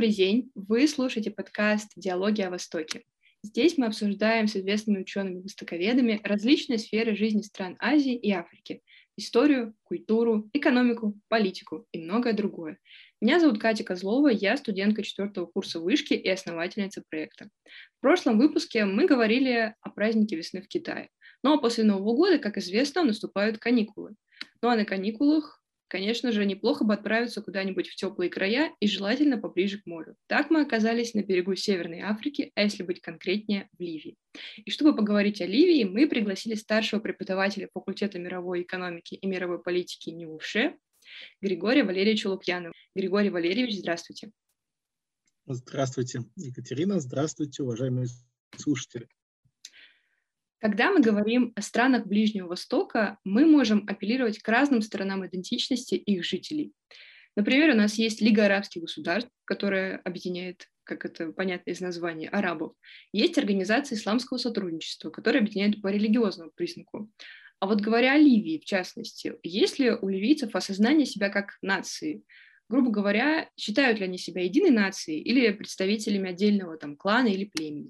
Добрый день! Вы слушаете подкаст «Диалоги о Востоке». Здесь мы обсуждаем с известными учеными-востоковедами различные сферы жизни стран Азии и Африки, историю, культуру, экономику, политику и многое другое. Меня зовут Катя Козлова, я студентка 4-го курса вышки и основательница проекта. В прошлом выпуске мы говорили о празднике весны в Китае. Ну а после Нового года, как известно, наступают каникулы. Ну а на каникулах, конечно же, неплохо бы отправиться куда-нибудь в теплые края и желательно поближе к морю. Так мы оказались на берегу Северной Африки, а если быть конкретнее, в Ливии. И чтобы поговорить о Ливии, мы пригласили старшего преподавателя факультета мировой экономики и мировой политики НИУФШ Григория Валерьевича Лукьянова. Григорий Валерьевич, здравствуйте. Здравствуйте, Екатерина. Здравствуйте, уважаемые слушатели. Когда мы говорим о странах Ближнего Востока, мы можем апеллировать к разным сторонам идентичности их жителей. Например, у нас есть Лига арабских государств, которая объединяет, как это понятно из названия, арабов. Есть Организация исламского сотрудничества, которая объединяет по религиозному признаку. А вот говоря о Ливии, в частности, есть ли у ливийцев осознание себя как нации? Грубо говоря, считают ли они себя единой нацией или представителями отдельного клана или племени?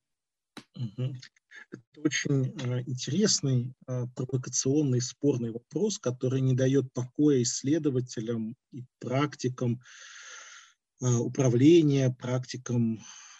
Это очень интересный, провокационный, спорный вопрос, который не дает покоя исследователям и практикам управления, практикам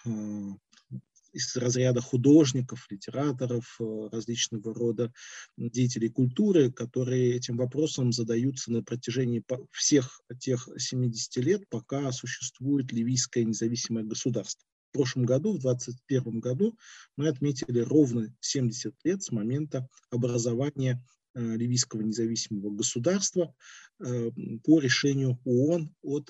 из разряда художников, литераторов, различного рода деятелей культуры, которые этим вопросом задаются на протяжении всех тех 70 лет, пока существует ливийское независимое государство. В прошлом году, в 2021 году, мы отметили ровно 70 лет с момента образования ливийского независимого государства по решению ООН от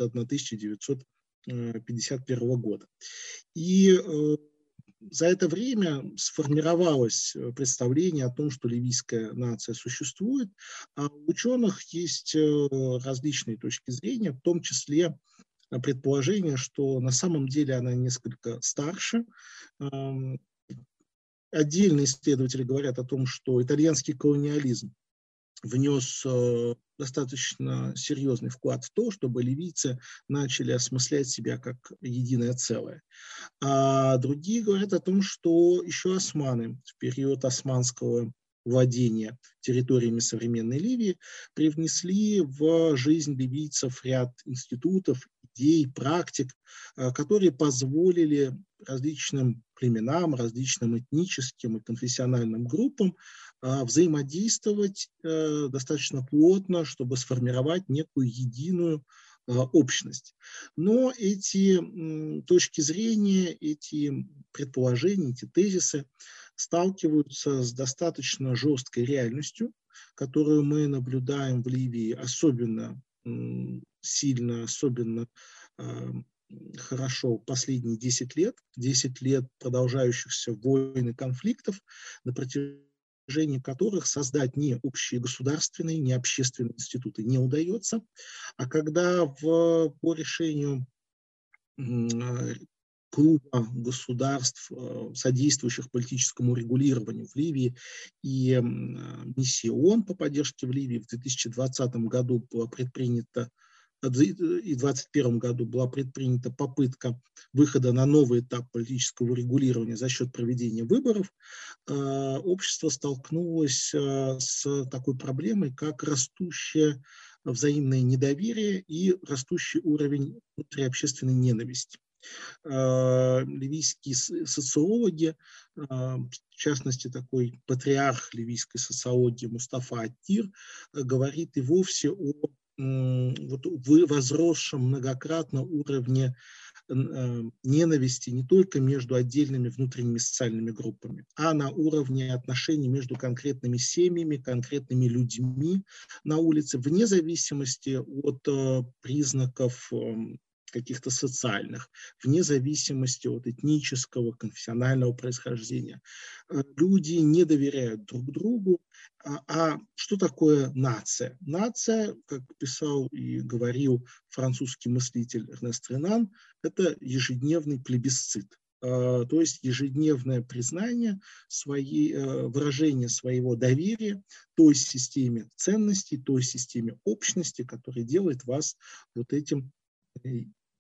1951 года. И за это время сформировалось представление о том, что ливийская нация существует, а у ученых есть различные точки зрения, в том числе предположение, что на самом деле она несколько старше. Отдельные исследователи говорят о том, что итальянский колониализм внес достаточно серьезный вклад в то, чтобы ливийцы начали осмыслять себя как единое целое. А другие говорят о том, что еще османы в период османского владения территориями современной Ливии привнесли в жизнь ливийцев ряд институтов, идей, практик, которые позволили различным племенам, различным этническим и конфессиональным группам взаимодействовать достаточно плотно, чтобы сформировать некую единую общность. Но эти точки зрения, эти предположения, эти тезисы сталкиваются с достаточно жесткой реальностью, которую мы наблюдаем в Ливии особенно сильно, особенно хорошо последние 10 лет продолжающихся войн и конфликтов, на протяжении которых создать ни общие государственные, ни общественные институты не удается. А когда по решению клуба государств, содействующих политическому регулированию в Ливии, и миссии ООН по поддержке в Ливии в 2020 году была предпринята и в 2021 году была предпринята попытка выхода на новый этап политического регулирования за счет проведения выборов, общество столкнулось с такой проблемой, как растущее взаимное недоверие и растущий уровень внутриобщественной ненависти. Ливийские социологи, в частности, такой патриарх ливийской социологии Мустафа Аттир, говорит и вовсе о возросшем многократно уровне ненависти не только между отдельными внутренними социальными группами, а на уровне отношений между конкретными семьями, конкретными людьми на улице, вне зависимости от признаков каких-то социальных, вне зависимости от этнического, конфессионального происхождения. Люди не доверяют друг другу. А что такое нация? Нация, как писал и говорил французский мыслитель Эрнест Ренан, это ежедневный плебисцит. То есть ежедневное признание, выражение своего доверия той системе ценностей, той системе общности, которая делает вас вот этим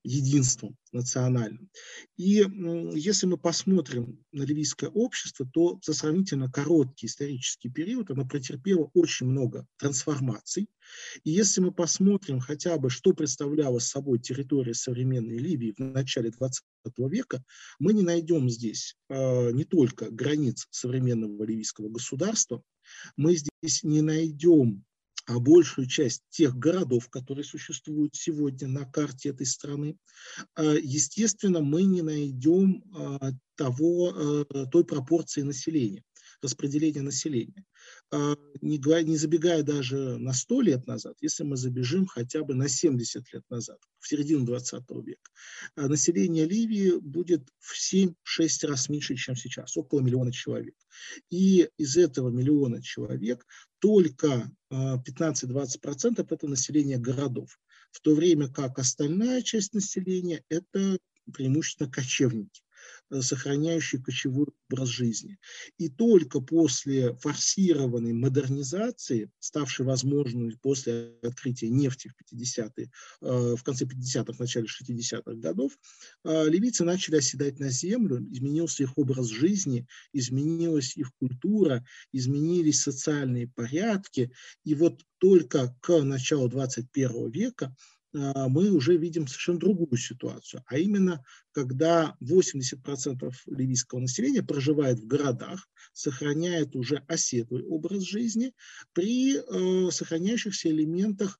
единством национальным. И если мы посмотрим на ливийское общество, то за сравнительно короткий исторический период оно претерпело очень много трансформаций. И если мы посмотрим хотя бы, что представляла собой территория современной Ливии в начале XX века, мы не найдем здесь не только границ современного ливийского государства, мы здесь не найдем большую часть тех городов, которые существуют сегодня на карте этой страны. Естественно, мы не найдем той пропорции населения, распределения населения. Не забегая даже на 100 лет назад, если мы забежим хотя бы на 70 лет назад, в середину 20 века, население Ливии будет в 7-6 раз меньше, чем сейчас, около 1 миллиона человек. И из этого 1 миллиона человек только 15-20% это население городов, в то время как остальная часть населения это преимущественно кочевники, сохраняющие кочевой образ жизни. И только после форсированной модернизации, ставшей возможной после открытия нефти в конце 50-х, начале 60-х годов, ливийцы начали оседать на землю, изменился их образ жизни, изменилась их культура, изменились социальные порядки. И вот только к началу 21 века мы уже видим совершенно другую ситуацию, а именно, когда 80% ливийского населения проживает в городах, сохраняет уже оседлый образ жизни при сохраняющихся элементах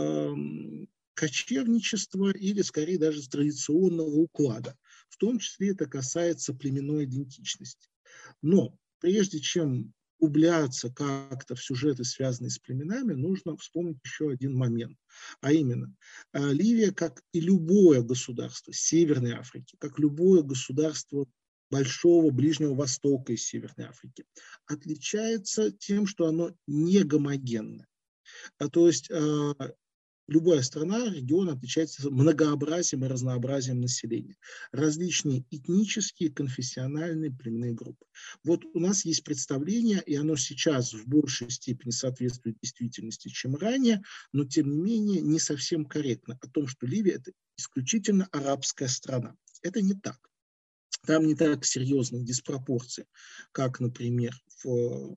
кочевничества или, скорее, даже традиционного уклада. В том числе это касается племенной идентичности. Но прежде чем углубляться как-то в сюжеты, связанные с племенами, нужно вспомнить еще один момент. А именно, Ливия, как и любое государство Северной Африки, как любое государство Большого Ближнего Востока и Северной Африки, отличается тем, что оно не гомогенное. То есть любая страна, регион отличается многообразием и разнообразием населения. Различные этнические, конфессиональные, племенные группы. Вот у нас есть представление, и оно сейчас в большей степени соответствует действительности, чем ранее, но тем не менее не совсем корректно, о том, что Ливия – это исключительно арабская страна. Это не так. Там не так серьезные диспропорции, как, например, в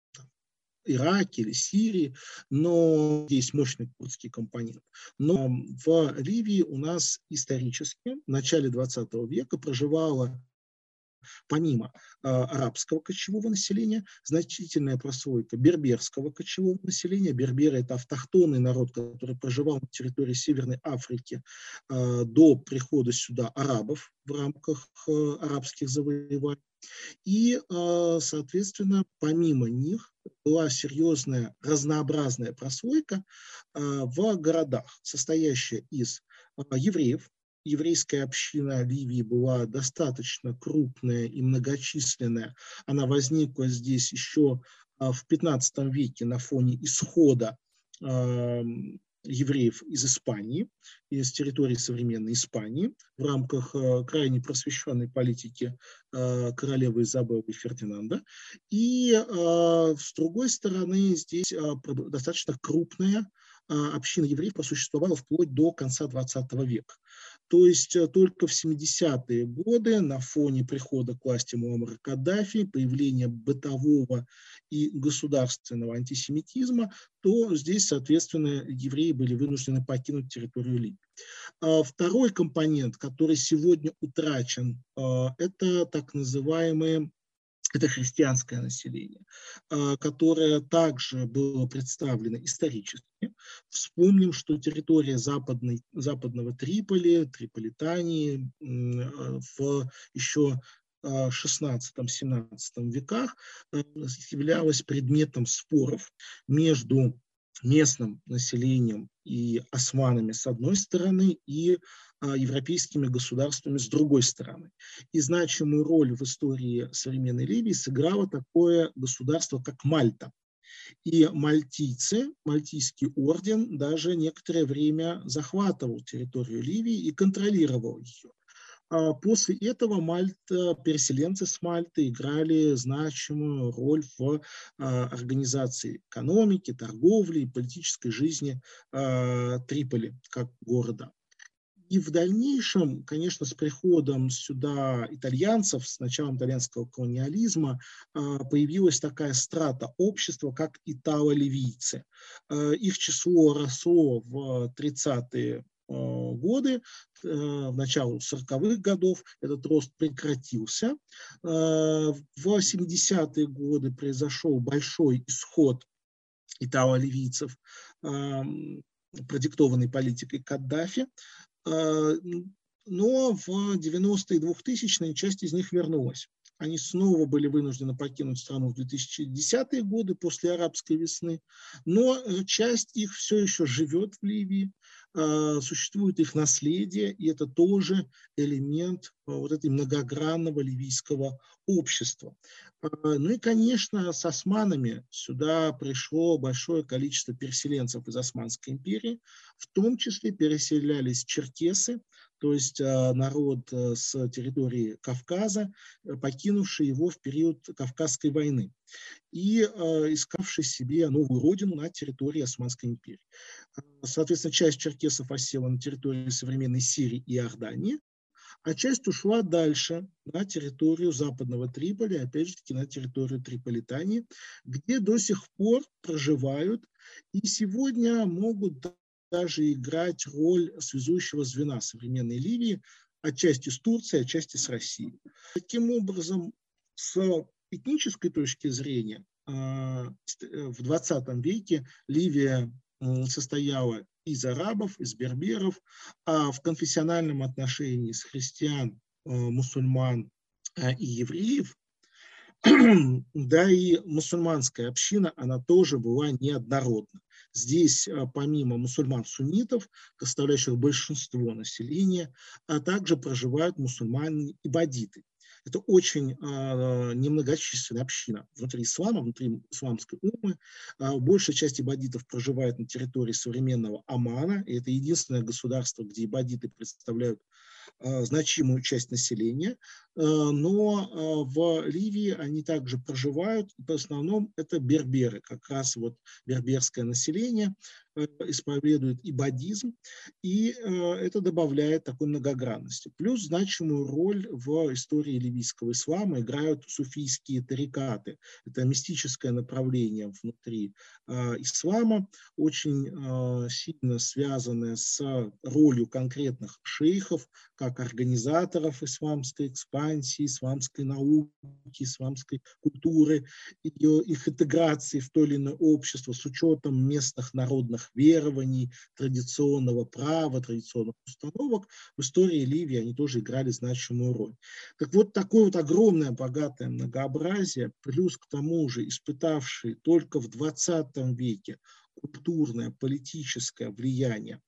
Ираке или Сирии, но есть мощный курдский компонент. Но в Ливии у нас исторически в начале 20 века проживало, помимо арабского кочевого населения, значительная прослойка берберского кочевого населения. Берберы – это автохтонный народ, который проживал на территории Северной Африки до прихода сюда арабов в рамках арабских завоеваний. И, соответственно, помимо них была серьезная разнообразная прослойка в городах, состоящая из евреев. Еврейская община Ливии была достаточно крупная и многочисленная. Она возникла здесь еще в 15 веке на фоне исхода евреев из Испании, из территории современной Испании, в рамках крайне просвещенной политики королевы Изабеллы и Фердинанда. И, с другой стороны, здесь достаточно крупная община евреев просуществовала вплоть до конца 20 века. То есть только в 70-е годы на фоне прихода к власти Муаммара Каддафи, появления бытового и государственного антисемитизма, то здесь, соответственно, евреи были вынуждены покинуть территорию Ливии. Второй компонент, который сегодня утрачен, это так называемые это христианское население, которое также было представлено исторически. Вспомним, что территория западного Триполи, Триполитании в еще 16-17 веках являлась предметом споров между местным населением и османами с одной стороны и европейскими государствами с другой стороны. И значимую роль в истории современной Ливии сыграло такое государство, как Мальта. И мальтийцы, Мальтийский орден даже некоторое время захватывал территорию Ливии и контролировал ее. После этого переселенцы с Мальты играли значимую роль в организации экономики, торговли и политической жизни Триполи как города. И в дальнейшем, конечно, с приходом сюда итальянцев, с началом итальянского колониализма, появилась такая страта общества, как итало-ливийцы. Их число росло в 30-е годы, в начале 40-х годов этот рост прекратился. В 70-е годы произошел большой исход итало-ливийцев, продиктованный политикой Каддафи. Но в 90-е и 2000-е часть из них вернулась. Они снова были вынуждены покинуть страну в 2010-е годы после арабской весны, но часть их все еще живет в Ливии, существует их наследие, и это тоже элемент вот этой многогранного ливийского общества. Ну и, конечно, с османами сюда пришло большое количество переселенцев из Османской империи, в том числе переселялись черкесы, то есть народ с территории Кавказа, покинувший его в период Кавказской войны и искавший себе новую родину на территории Османской империи. Соответственно, часть черкесов осела на территории современной Сирии и Иордании, а часть ушла дальше, на территорию западного Триполи, опять же таки на территорию Триполитании, где до сих пор проживают и сегодня могут даже играть роль связующего звена современной Ливии, отчасти с Турцией, отчасти с Россией. Таким образом, с этнической точки зрения, в 20 веке Ливия состояла из арабов, из берберов, а в конфессиональном отношении с христиан, мусульман и евреев, да и мусульманская община, она тоже была неоднородна. Здесь помимо мусульман-суннитов, составляющих большинство населения, а также проживают мусульмане-ибадиты. Это очень немногочисленная община внутри ислама, внутри исламской уммы. Большая часть ибадитов проживает на территории современного Омана, и это единственное государство, где ибадиты представляют значимую часть населения, но в Ливии они также проживают, в основном это берберы, как раз вот берберское население исповедует ибадизм, и это добавляет такой многогранности. Плюс значимую роль в истории ливийского ислама играют суфийские тарикаты. Это мистическое направление внутри ислама, очень сильно связанное с ролью конкретных шейхов, как организаторов исламской экспансии, исламской науки, исламской культуры, их интеграции в то или иное общество с учетом местных народных верований, традиционного права, традиционных установок. В истории Ливии они тоже играли значимую роль. Так вот, такое вот огромное, богатое многообразие, плюс к тому же испытавшие только в 20 веке культурное, политическое влияние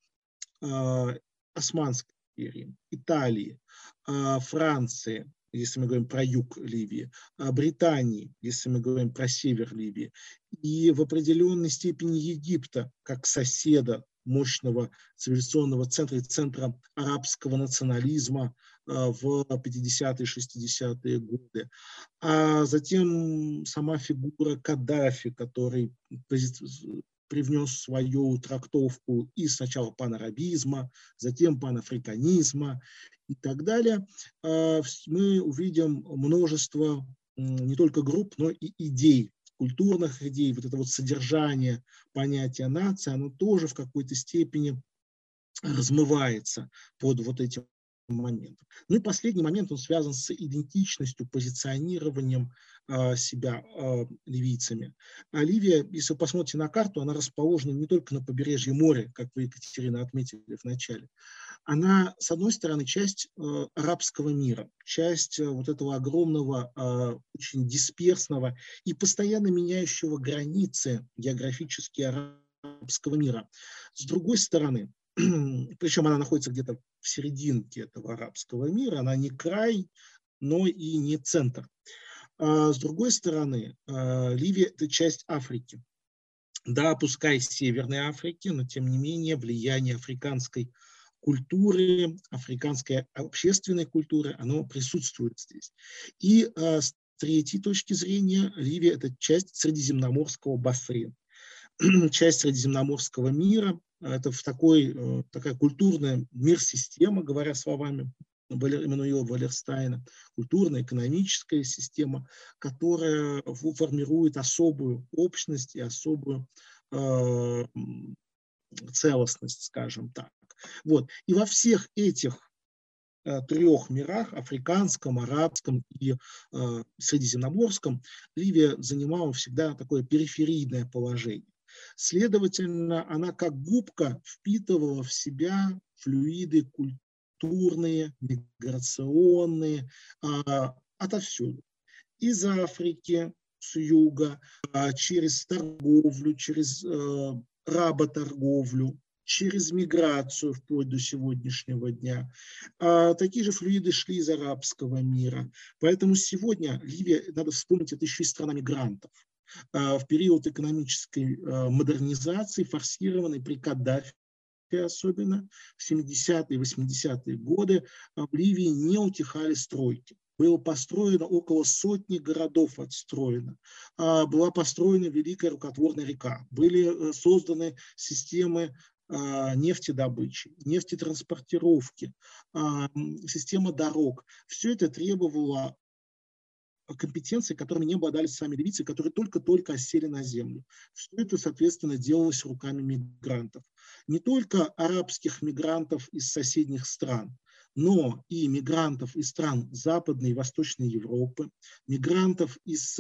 Османской империи, Италии, Франции, если мы говорим про юг Ливии, Британии, если мы говорим про север Ливии, и в определенной степени Египта, как соседа мощного цивилизационного центра и центра арабского национализма в 50-е, 60-е годы. А затем сама фигура Каддафи, который привнес свою трактовку и сначала панарабизма, затем панафриканизма и так далее, мы увидим множество не только групп, но и идей, культурных идей. Вот это вот содержание понятия нации, оно тоже в какой-то степени размывается под вот этим моментом. Ну и последний момент, он связан с идентичностью, позиционированием себя ливийцами. А Ливия, если вы посмотрите на карту, она расположена не только на побережье моря, как вы, Екатерина, отметили в начале. Она, с одной стороны, часть арабского мира, часть вот этого огромного, очень дисперсного и постоянно меняющего границы географически арабского мира. С другой стороны, причем она находится где-то в серединке этого арабского мира, она не край, но и не центр. А с другой стороны, Ливия – это часть Африки. Да, пускай из Северной Африки, но тем не менее влияние африканской культуры, африканской общественной культуры, оно присутствует здесь. И с третьей точки зрения, Ливия – это часть Средиземноморского бассейна, часть Средиземноморского мира, Это такая культурная мир-система, говоря словами Эммануила Валерстайна, культурная, экономическая система, которая формирует особую общность и особую целостность, скажем так. Вот. И во всех этих трех мирах, африканском, арабском и средиземноморском, Ливия занимала всегда такое периферийное положение. Следовательно, она как губка впитывала в себя флюиды культурные, миграционные, отовсюду. Из Африки, с юга, через торговлю, через работорговлю, через миграцию вплоть до сегодняшнего дня. Такие же флюиды шли из арабского мира. Поэтому сегодня Ливия, надо вспомнить, это еще и страна мигрантов. В период экономической модернизации, форсированной при Каддафи, особенно в 70-е и 80-е годы, в Ливии не утихали стройки. Было построено около сотни городов отстроено. Была построена Великая рукотворная река. Были созданы системы нефтедобычи, нефтетранспортировки, система дорог. Все это требовало компетенции, которыми не обладали сами ливийцы, которые только-только осели на землю. Все это, соответственно, делалось руками мигрантов. Не только арабских мигрантов из соседних стран, но и мигрантов из стран Западной и Восточной Европы, мигрантов из,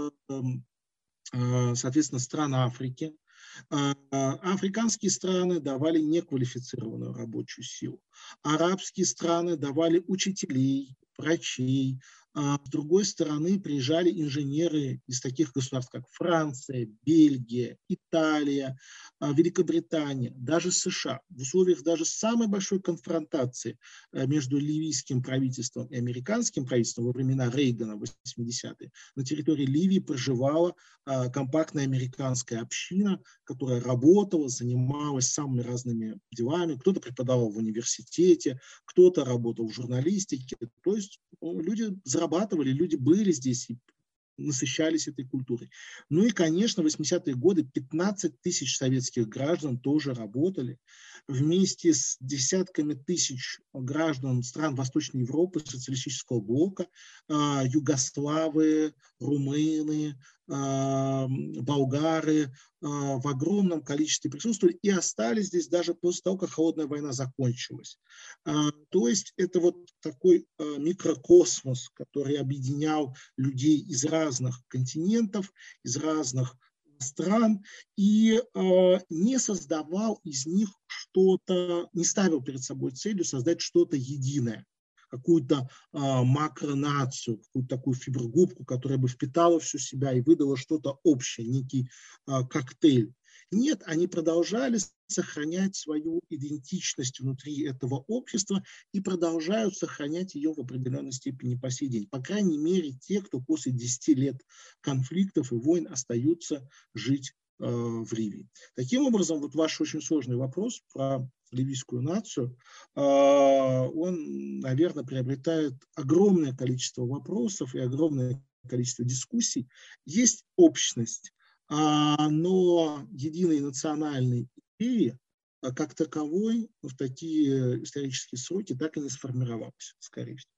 соответственно, стран Африки. Африканские страны давали неквалифицированную рабочую силу. Арабские страны давали учителей, врачей. С другой стороны, приезжали инженеры из таких государств, как Франция, Бельгия, Италия, Великобритания, даже США. В условиях даже самой большой конфронтации между ливийским правительством и американским правительством во времена Рейгана в 80-е на территории Ливии проживала компактная американская община, которая работала, занималась самыми разными делами. Кто-то преподавал в университете, кто-то работал в журналистике. То есть люди зарабатывали, люди были здесь и насыщались этой культурой. Ну и, конечно, в 80-е годы 15 тысяч советских граждан тоже работали вместе с десятками тысяч граждан стран Восточной Европы, социалистического блока, югославы, румыны, болгары в огромном количестве присутствовали и остались здесь даже после того, как холодная война закончилась. То есть это вот такой микрокосмос, который объединял людей из разных континентов, из разных стран и не создавал из них что-то, не ставил перед собой целью создать что-то единое, какую-то макронацию, какую-то такую фиброгубку, которая бы впитала всю себя и выдала что-то общее, некий коктейль. Нет, они продолжали сохранять свою идентичность внутри этого общества и продолжают сохранять ее в определенной степени по сей день. По крайней мере, те, кто после 10 лет конфликтов и войн остаются жить в Ливии. Таким образом, вот ваш очень сложный вопрос про ливийскую нацию, он, наверное, приобретает огромное количество вопросов и огромное количество дискуссий. Есть общность, но единой национальной идеи как таковой в такие исторические сроки так и не сформировалась, скорее всего.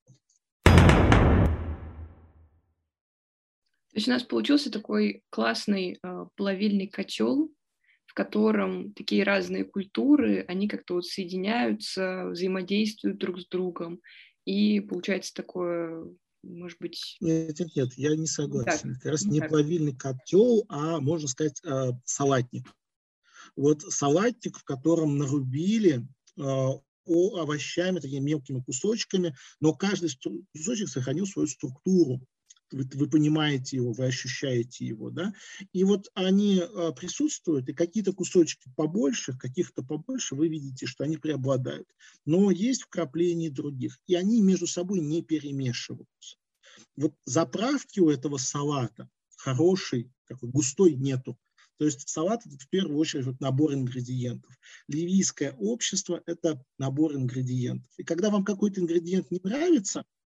То есть у нас получился такой классный плавильный котел, в котором такие разные культуры, они как-то вот соединяются, взаимодействуют друг с другом, и получается такое, может быть... Нет, я не согласен. Как раз не плавильный котел, а, можно сказать, салатник. Вот салатник, в котором нарубили овощами, такими мелкими кусочками, но каждый кусочек сохранил свою структуру. Вы понимаете его, вы ощущаете его, да? И вот они присутствуют, и какие-то кусочки побольше, каких-то побольше, вы видите, что они преобладают. Но есть вкрапления других, и они между собой не перемешиваются. Вот заправки у этого салата хорошей, такой густой нету. То есть салат – это в первую очередь вот набор ингредиентов. Ливийское общество – это набор ингредиентов. И когда вам какой-то ингредиент не нравится,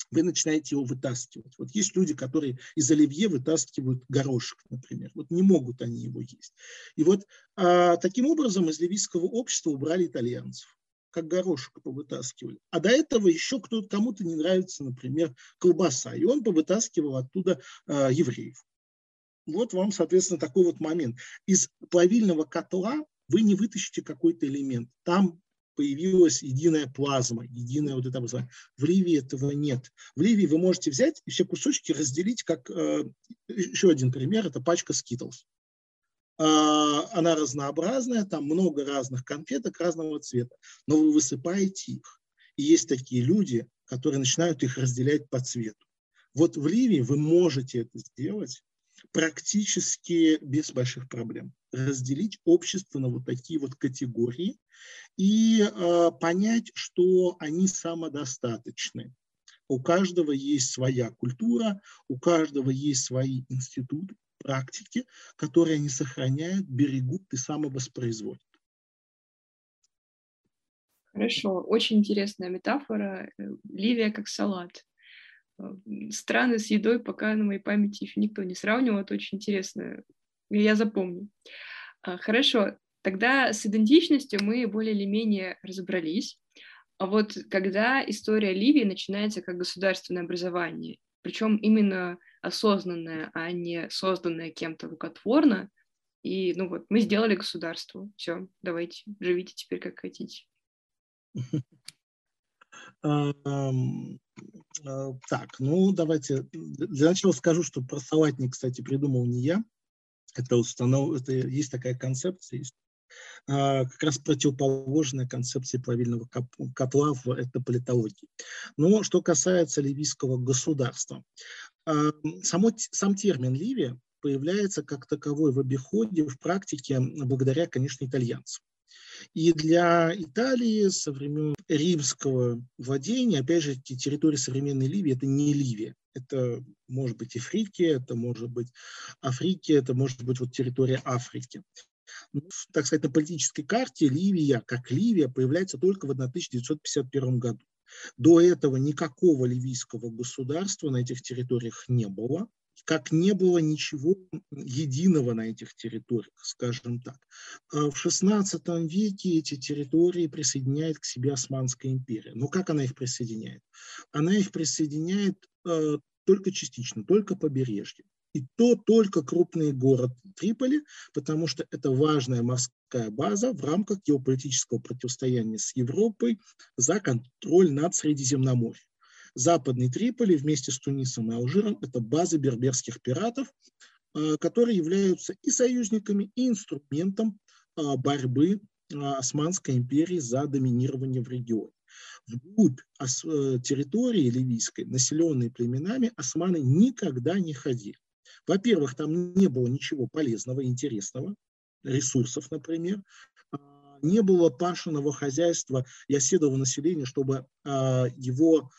вы начинаете его вытаскивать. Вот есть люди, которые из оливье вытаскивают горошек, например. Вот не могут они его есть. И вот таким образом из ливийского общества убрали итальянцев, как горошек повытаскивали. А до этого еще кому-то не нравится, например, колбаса, и он повытаскивал оттуда евреев. Вот вам, соответственно, такой вот момент. Из плавильного котла вы не вытащите какой-то элемент. Там появилась единая плазма, единое вот это образование. В Ливии этого нет. В Ливии вы можете взять и все кусочки разделить, как еще один пример, это пачка Skittles. Она разнообразная, там много разных конфеток разного цвета, но вы высыпаете их. И есть такие люди, которые начинают их разделять по цвету. Вот в Ливии вы можете это сделать практически без больших проблем. Разделить общество на вот такие вот категории и понять, что они самодостаточны. У каждого есть своя культура, у каждого есть свои институты, практики, которые они сохраняют, берегут и самовоспроизводят. Хорошо, очень интересная метафора. Ливия как салат. Страны с едой пока на моей памяти еще никто не сравнивал. Это очень интересно. Я запомню. Хорошо, тогда с идентичностью мы более или менее разобрались. А вот когда история Ливии начинается как государственное образование, причем именно осознанное, а не созданное кем-то рукотворно, и ну вот мы сделали государство, все, давайте, живите теперь как хотите. Так, ну давайте. Для начала скажу, что про салатник, кстати, придумал не я. Это есть такая концепция, есть как раз противоположная концепции плавильного котла в этнополитологии. Но что касается ливийского государства, сам термин «Ливия» появляется как таковой в обиходе, в практике, благодаря, конечно, итальянцам. И для Италии со времен римского владения, опять же, территория современной Ливии – это не Ливия. Это может быть и Фрикия, это может быть Африкия, это может быть вот территория Африки. Но, так сказать, на политической карте Ливия, как Ливия, появляется только в 1951 году. До этого никакого ливийского государства на этих территориях не было, как не было ничего единого на этих территориях, скажем так. В XVI веке эти территории присоединяет к себе Османская империя. Но как она их присоединяет? Она их присоединяет только частично, только побережье. И то только крупный город Триполи, потому что это важная морская база в рамках геополитического противостояния с Европой за контроль над Средиземноморьем. Западный Триполи вместе с Тунисом и Алжиром – это базы берберских пиратов, которые являются и союзниками, и инструментом борьбы Османской империи за доминирование в регионе. Вглубь территории ливийской, населенной племенами, османы никогда не ходили. Во-первых, там не было ничего полезного, интересного, ресурсов, например. Не было пашенного хозяйства и оседлого населения, чтобы его,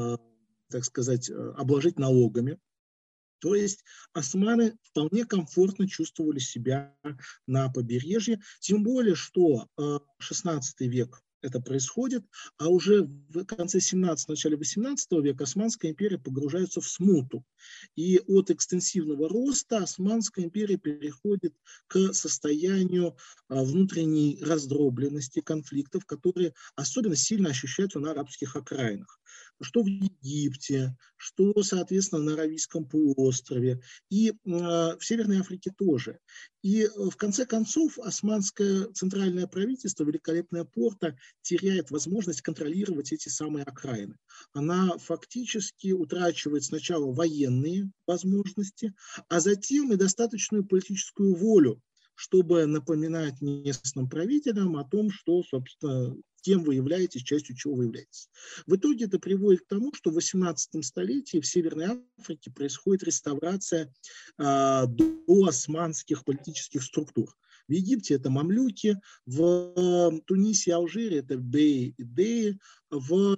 так сказать, обложить налогами. То есть османы вполне комфортно чувствовали себя на побережье, тем более, что XVI век это происходит, а уже в конце 17-го, начале 18 века Османская империя погружается в смуту. И от экстенсивного роста Османская империя переходит к состоянию внутренней раздробленности, конфликтов, которые особенно сильно ощущаются на арабских окраинах. Что в Египте, что, соответственно, на Аравийском полуострове и в Северной Африке тоже. И в конце концов османское центральное правительство, великолепная Порта, теряет возможность контролировать эти самые окраины. Она фактически утрачивает сначала военные возможности, а затем и достаточную политическую волю, чтобы напоминать местным правителям о том, что, собственно, кем вы являетесь, частью чего вы являетесь. В итоге это приводит к тому, что в 18 столетии в Северной Африке происходит реставрация доосманских политических структур. В Египте это мамлюки, в Тунисе и Алжире это беи и деи, в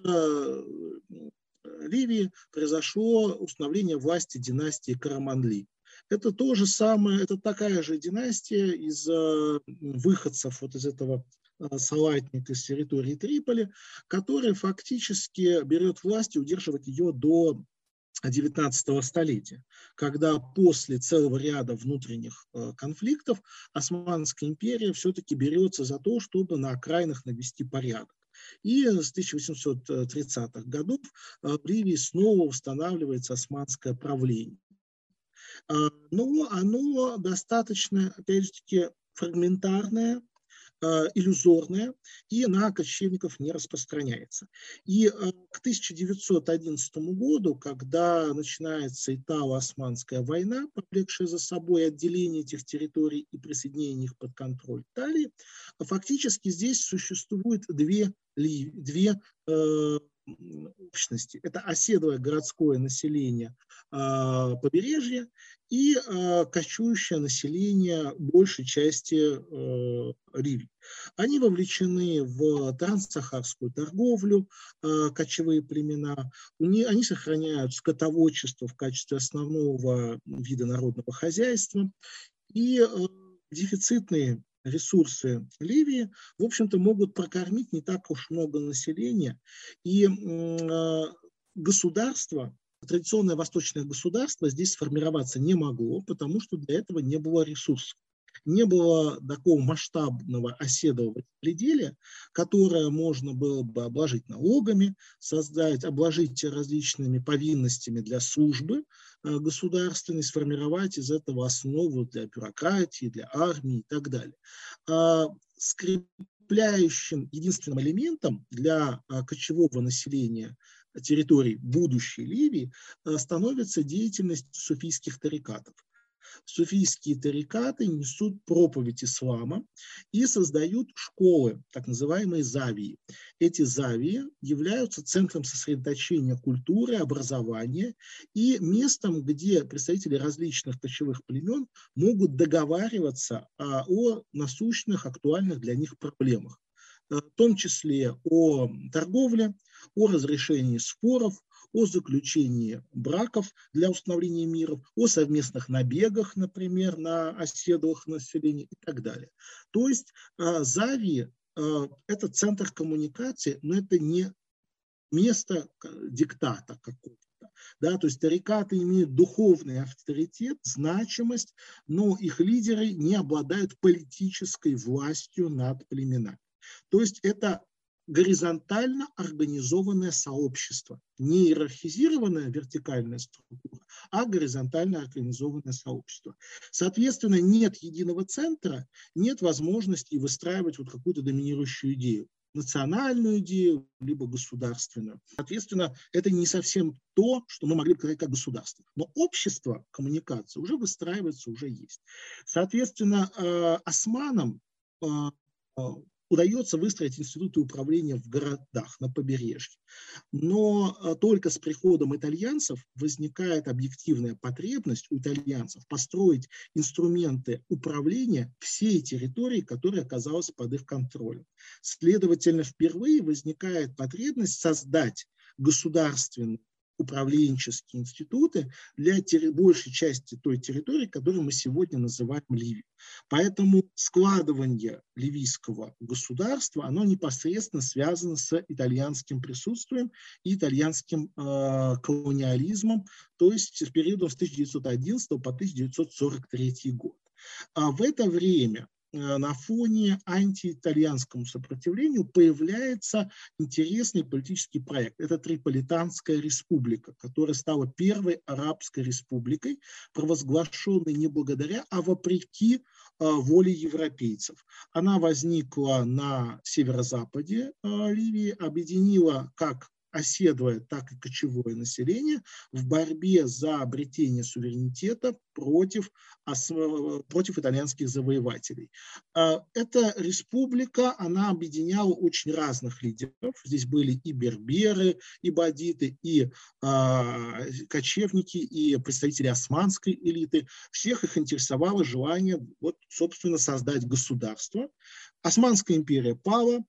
Ливии произошло установление власти династии Караманли. Это то же самое, это такая же династия из выходцев вот из этого салатник из территории Триполи, который фактически берет власть и удерживает ее до XIX столетия, когда после целого ряда внутренних конфликтов Османская империя все-таки берется за то, чтобы на окраинах навести порядок. И с 1830-х годов в Ливии снова устанавливается османское правление. Но оно достаточно, опять же таки, фрагментарное, иллюзорное и на кочевников не распространяется. И к 1911 году, когда начинается Итало-Османская война, повлекшая за собой отделение этих территорий и присоединение их под контроль Италии, фактически здесь существует две общности. Это оседлое городское население побережья и кочующее население большей части Ливии. Они вовлечены в транссахарскую торговлю, кочевые племена. Они сохраняют скотоводчество в качестве основного вида народного хозяйства. И дефицитные ресурсы Ливии, в общем-то, могут прокормить не так уж много населения. И государство, традиционное восточное государство здесь сформироваться не могло, потому что для этого не было ресурсов. Не было такого масштабного оседлого земледелия, которое можно было бы обложить налогами, обложить различными повинностями для службы государственной, сформировать из этого основу для бюрократии, для армии и так далее. Скрепляющим единственным элементом для кочевого населения территорий будущей Ливии становится деятельность суфийских тарикатов. Суфийские тарикаты несут проповедь ислама и создают школы, так называемые завии. Эти завии являются центром сосредоточения культуры, образования и местом, где представители различных кочевых племен могут договариваться о насущных, актуальных для них проблемах, в том числе о торговле, о разрешении споров, о заключении браков для установления мира, о совместных набегах, например, на оседлых населения и так далее. То есть завии – это центр коммуникации, но это не место диктата какого-то. Да, то есть тарикаты имеют духовный авторитет, значимость, но их лидеры не обладают политической властью над племенами. То есть это горизонтально организованное сообщество, не иерархизированная вертикальная структура, а горизонтально организованное сообщество. Соответственно, нет единого центра, нет возможности выстраивать вот какую-то доминирующую идею, национальную идею, либо государственную. Соответственно, это не совсем то, что мы могли бы сказать как государство. Но общество, коммуникация уже выстраивается, уже есть. Соответственно, османам удается выстроить институты управления в городах, на побережье. Но только с приходом итальянцев возникает объективная потребность у итальянцев построить инструменты управления всей территории, которая оказалась под их контролем. Следовательно, впервые возникает потребность создать государственные управленческие институты для большей части той территории, которую мы сегодня называем Ливией. Поэтому складывание ливийского государства, оно непосредственно связано с итальянским присутствием и итальянским колониализмом, то есть в период с 1911 по 1943 год. А в это время на фоне антиитальянскому сопротивлению появляется интересный политический проект. Это Триполитанская республика, которая стала первой арабской республикой, провозглашенной не благодаря, а вопреки воле европейцев. Она возникла на северо-западе Ливии, объединила как оседлое, так и кочевое население в борьбе за обретение суверенитета против итальянских завоевателей. Эта республика, она объединяла очень разных лидеров. Здесь были и берберы, и бадиты, и кочевники, и представители османской элиты. Всех их интересовало желание, собственно, создать государство. Османская империя пала.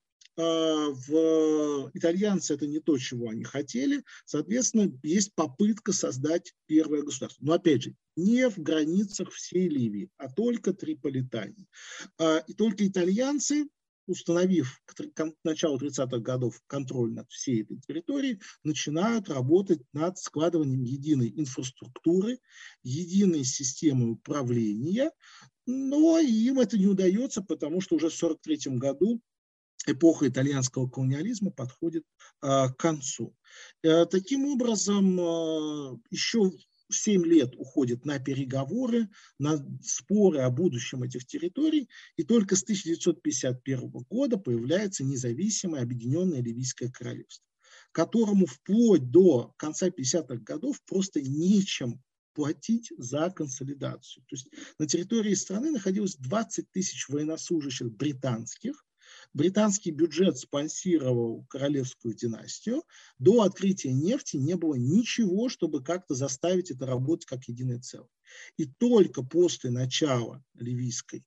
Итальянцы это не то, чего они хотели. Соответственно, есть попытка создать первое государство. Но, опять же, не в границах всей Ливии, а только Триполитании. И только итальянцы установив к началу 30-х годов контроль над всей этой территорией, начинают работать над складыванием единой инфраструктуры, единой системы управления, но им это не удается, потому что уже в 1943 году эпоха итальянского колониализма подходит к концу. Таким образом, еще 7 лет уходит на переговоры, на споры о будущем этих территорий, и только с 1951 года появляется независимое объединенное Ливийское королевство, которому вплоть до конца 50-х годов просто нечем платить за консолидацию. То есть на территории страны находилось 20 тысяч военнослужащих британских. Британский бюджет спонсировал королевскую династию. До открытия нефти не было ничего, чтобы как-то заставить это работать как единое целое. И только после начала ливийской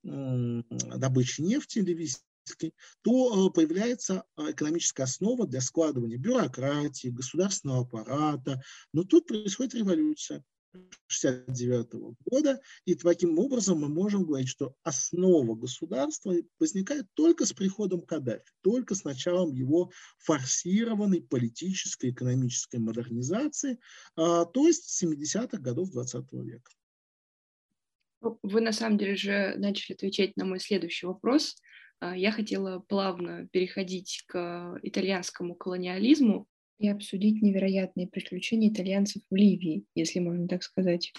добычи нефти, ливийской, то появляется экономическая основа для складывания бюрократии, государственного аппарата. Но тут происходит революция 1969 года, и таким образом мы можем говорить, что основа государства возникает только с приходом Каддафи, только с началом его форсированной политической, экономической модернизации, то есть с 70-х годов 20 века. Вы на самом деле же начали отвечать на мой следующий вопрос. Я хотела плавно переходить к итальянскому колониализму и обсудить невероятные приключения итальянцев в Ливии, если можно так сказать.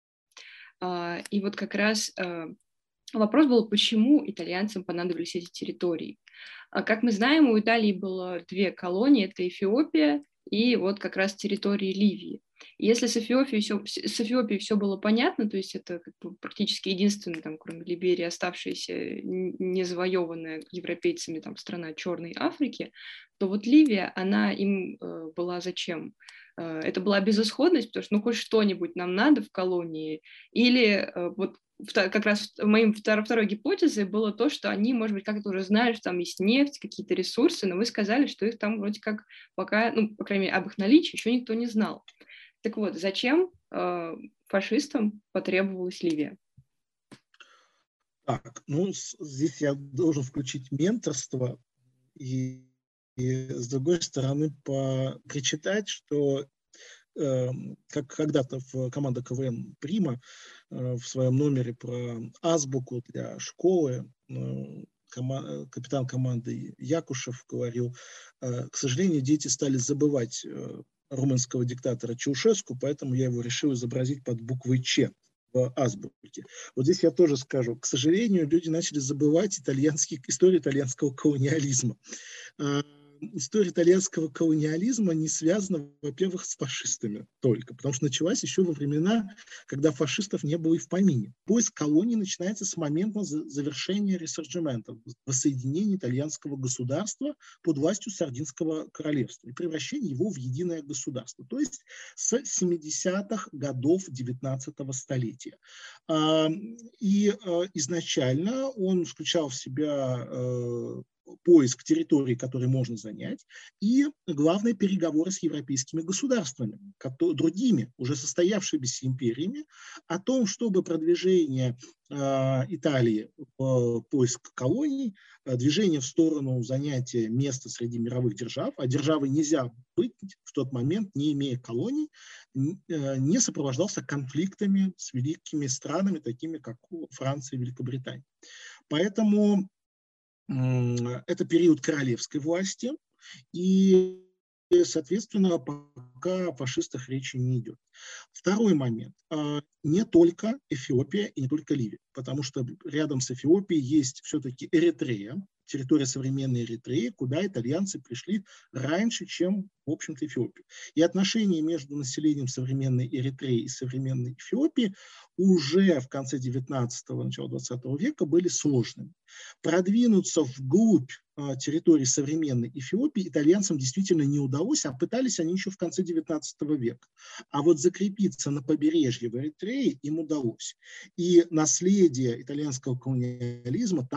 И вот как раз вопрос был, почему итальянцам понадобились эти территории. Как мы знаем, у Италии было 2 колонии, это Эфиопия и вот как раз территории Ливии. Если с Эфиопией все было понятно, то есть это как бы практически единственная, там, кроме Либерии, оставшаяся не завоеванная европейцами там, страна Черной Африки, то вот Ливия, она им была зачем? Это была безысходность, потому что ну хоть что-нибудь нам надо в колонии, или вот как раз моим второй гипотезой было то, что они, может быть, как-то уже знали, что там есть нефть, какие-то ресурсы, но вы сказали, что их там вроде как пока, ну, по крайней мере, об их наличии еще никто не знал. Так вот, зачем фашистам потребовалась Ливия? Так, ну, здесь я должен включить менторство и с другой стороны причитать, что как когда-то в команда КВН «Прима» в своем номере про азбуку для школы капитан команды Якушев говорил, к сожалению, дети стали забывать румынского диктатора Чаушеску, поэтому я его решил изобразить под буквой «Ч» в азбуке. Вот здесь я тоже скажу, к сожалению, люди начали забывать историю итальянского колониализма. История итальянского колониализма не связана, во-первых, с фашистами только, потому что началась еще во времена, когда фашистов не было и в помине. Поиск колоний начинается с момента завершения ресорджимента, воссоединения итальянского государства под властью Сардинского королевства и превращения его в единое государство, то есть с 70-х годов 19-го столетия. И изначально он включал в себя поиск территорий, которые можно занять, и главные переговоры с европейскими государствами, другими, уже состоявшимися империями, о том, чтобы продвижение Италии в поиск колоний, движение в сторону занятия места среди мировых держав, а державой нельзя быть в тот момент, не имея колоний, не сопровождался конфликтами с великими странами, такими как Франция и Великобритания. Поэтому это период королевской власти, и, соответственно, пока о фашистах речи не идет. Второй момент. Не только Эфиопия и не только Ливия, потому что рядом с Эфиопией есть все-таки Эритрея, территория современной Эритреи, куда итальянцы пришли раньше, чем, в общем-то, Эфиопия. И отношения между населением современной Эритреи и современной Эфиопии уже в конце 19-го, начала 20 века были сложными. Продвинуться вглубь территории современной Эфиопии итальянцам действительно не удалось, а пытались они еще в конце 19 века. А вот закрепиться на побережье в Эритрее им удалось. И наследие итальянского колониализма там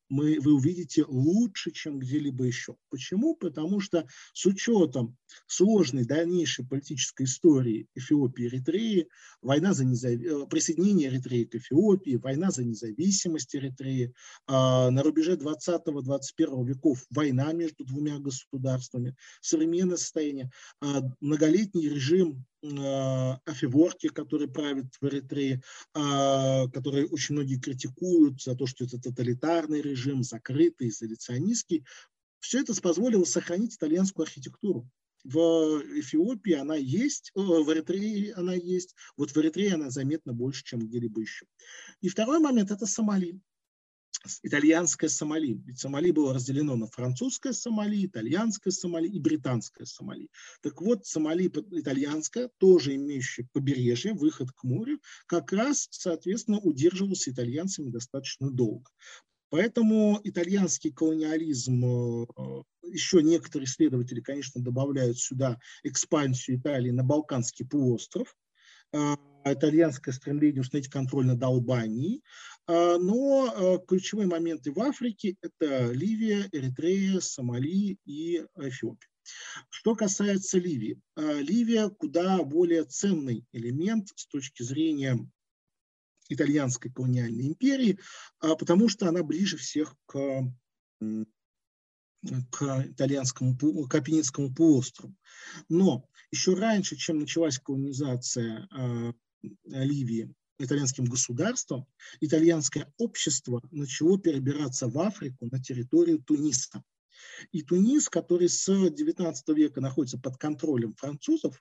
вы увидите лучше, чем где-либо еще. Почему? Потому что с учетом сложной дальнейшей политической истории Эфиопии и Эритреи, присоединение Эритреи к Эфиопии, война за независимость Эритреи, на рубеже 20-21 веков война между двумя государствами, современное состояние, многолетний режим Афеворки, который правит в Эритрее, который очень многие критикуют за то, что это тоталитарный режим, закрытый, изоляционистский. Все это позволило сохранить итальянскую архитектуру. В Эфиопии она есть, в Эритрее она есть, вот в Эритрее она заметно больше, чем где-либо еще. И второй момент – это Сомали. Итальянское Сомали. Ведь Сомали было разделено на французское Сомали, итальянское Сомали и британское Сомали. Так вот, Сомали итальянское, тоже имеющее побережье, выход к морю, как раз, соответственно, удерживался итальянцами достаточно долго. Поэтому итальянский колониализм, еще некоторые исследователи, конечно, добавляют сюда экспансию Италии на Балканский полуостров, итальянское стремление установить контроль над Албанией, но ключевые моменты в Африке – это Ливия, Эритрея, Сомали и Эфиопия. Что касается Ливии, Ливия куда более ценный элемент с точки зрения итальянской колониальной империи, потому что она ближе всех к Апеннинскому полуострову. Но еще раньше, чем началась колонизация Ливии итальянским государством, итальянское общество начало перебираться в Африку на территорию Туниса. И Тунис, который с XIX века находится под контролем французов,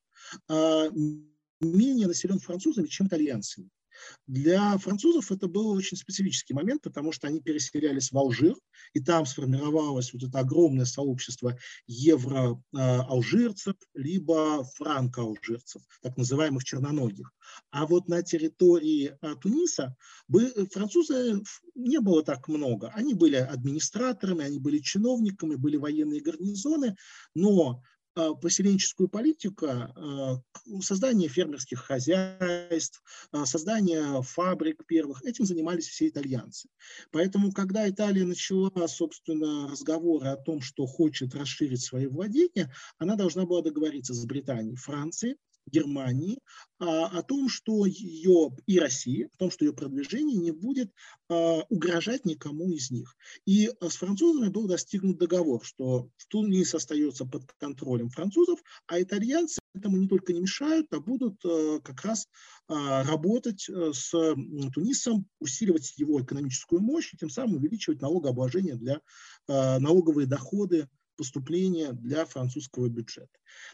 менее населен французами, чем итальянцами. Для французов это был очень специфический момент, потому что они переселялись в Алжир, и там сформировалось вот это огромное сообщество евро-алжирцев, либо франко-алжирцев, так называемых черноногих. А вот на территории Туниса французов не было так много. Они были администраторами, они были чиновниками, были военные гарнизоны, но поселенческую политику, создание фермерских хозяйств, создание фабрик первых, этим занимались все итальянцы. Поэтому, когда Италия начала, собственно, разговоры о том, что хочет расширить свои владения, она должна была договориться с Британией, Францией, Германии о том, что и России, о том, что ее продвижение не будет угрожать никому из них. И с французами был достигнут договор, что Тунис остается под контролем французов, а итальянцы этому не только не мешают, а будут как раз работать с Тунисом, усиливать его экономическую мощь и тем самым увеличивать налогообложение налоговые доходы, поступления для французского бюджета.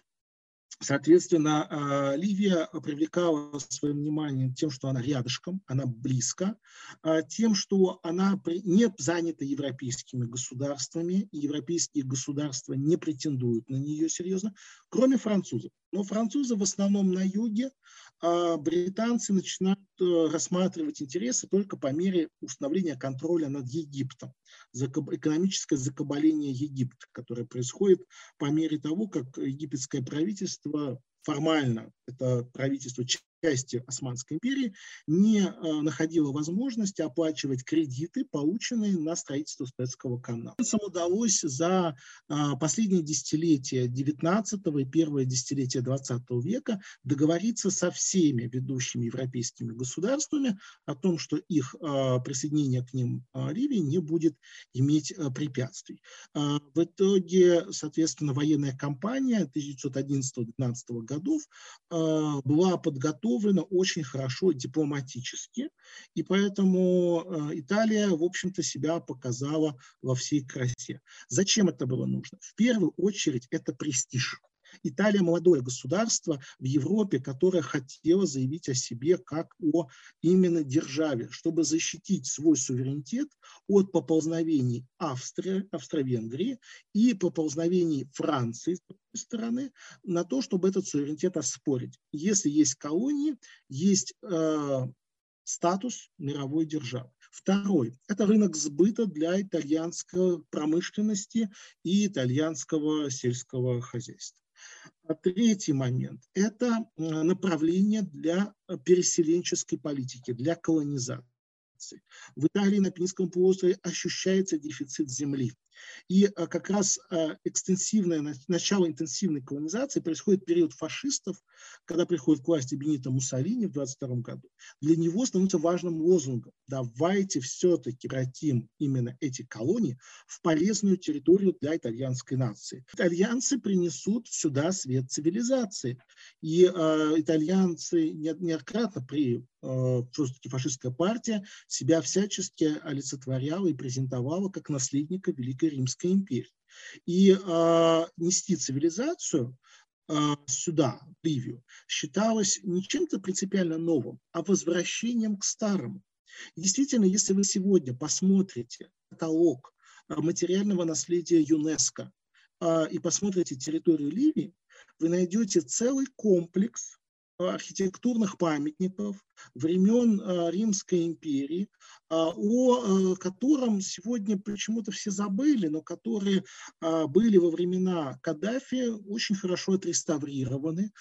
Соответственно, Ливия привлекала свое внимание тем, что она рядышком, она близко, тем, что она не занята европейскими государствами, и европейские государства не претендуют на нее серьезно, кроме французов. Но французы в основном на юге, британцы начинают рассматривать интересы только по мере установления контроля над Египтом, экономическое закабаление Египта, которое происходит по мере того, как египетское правительство формально, это правительство части Османской империи, не находило возможности оплачивать кредиты, полученные на строительство Суэцкого канала. Французам удалось за последние десятилетия XIX и первое десятилетие XX века договориться со всеми ведущими европейскими государствами о том, что их присоединение к ним Ливии не будет иметь препятствий. В итоге, соответственно, военная кампания 1911-12 годов была подготовлена очень хорошо дипломатически, и поэтому Италия, в общем-то, себя показала во всей красе. Зачем это было нужно? В первую очередь это престиж. Италия – молодое государство в Европе, которое хотело заявить о себе как о именно державе, чтобы защитить свой суверенитет от поползновений Австро-Венгрии и поползновений Франции с другой стороны на то, чтобы этот суверенитет оспорить. Если есть колонии, есть статус мировой державы. Второй – это рынок сбыта для итальянской промышленности и итальянского сельского хозяйства. Третий момент – это направление для переселенческой политики, для колонизации. цивилизации. В Италии на Апеннинском полуострове ощущается дефицит земли. И как раз начало интенсивной колонизации происходит в период фашистов, когда приходит к власти Бенито Муссолини в 1922 году. Для него становится важным лозунгом: давайте все-таки превратим именно эти колонии в полезную территорию для итальянской нации. Итальянцы принесут сюда свет цивилизации. И итальянцы неоднократно все-таки фашистская партия себя всячески олицетворяла и презентовала как наследника Великой Римской империи. И нести цивилизацию сюда, в Ливию, считалось не чем-то принципиально новым, а возвращением к старому. И действительно, если вы сегодня посмотрите каталог материального наследия ЮНЕСКО и посмотрите территорию Ливии, вы найдете целый комплекс архитектурных памятников времен Римской империи, о котором сегодня почему-то все забыли, но которые были во времена Каддафи очень хорошо отреставрированы.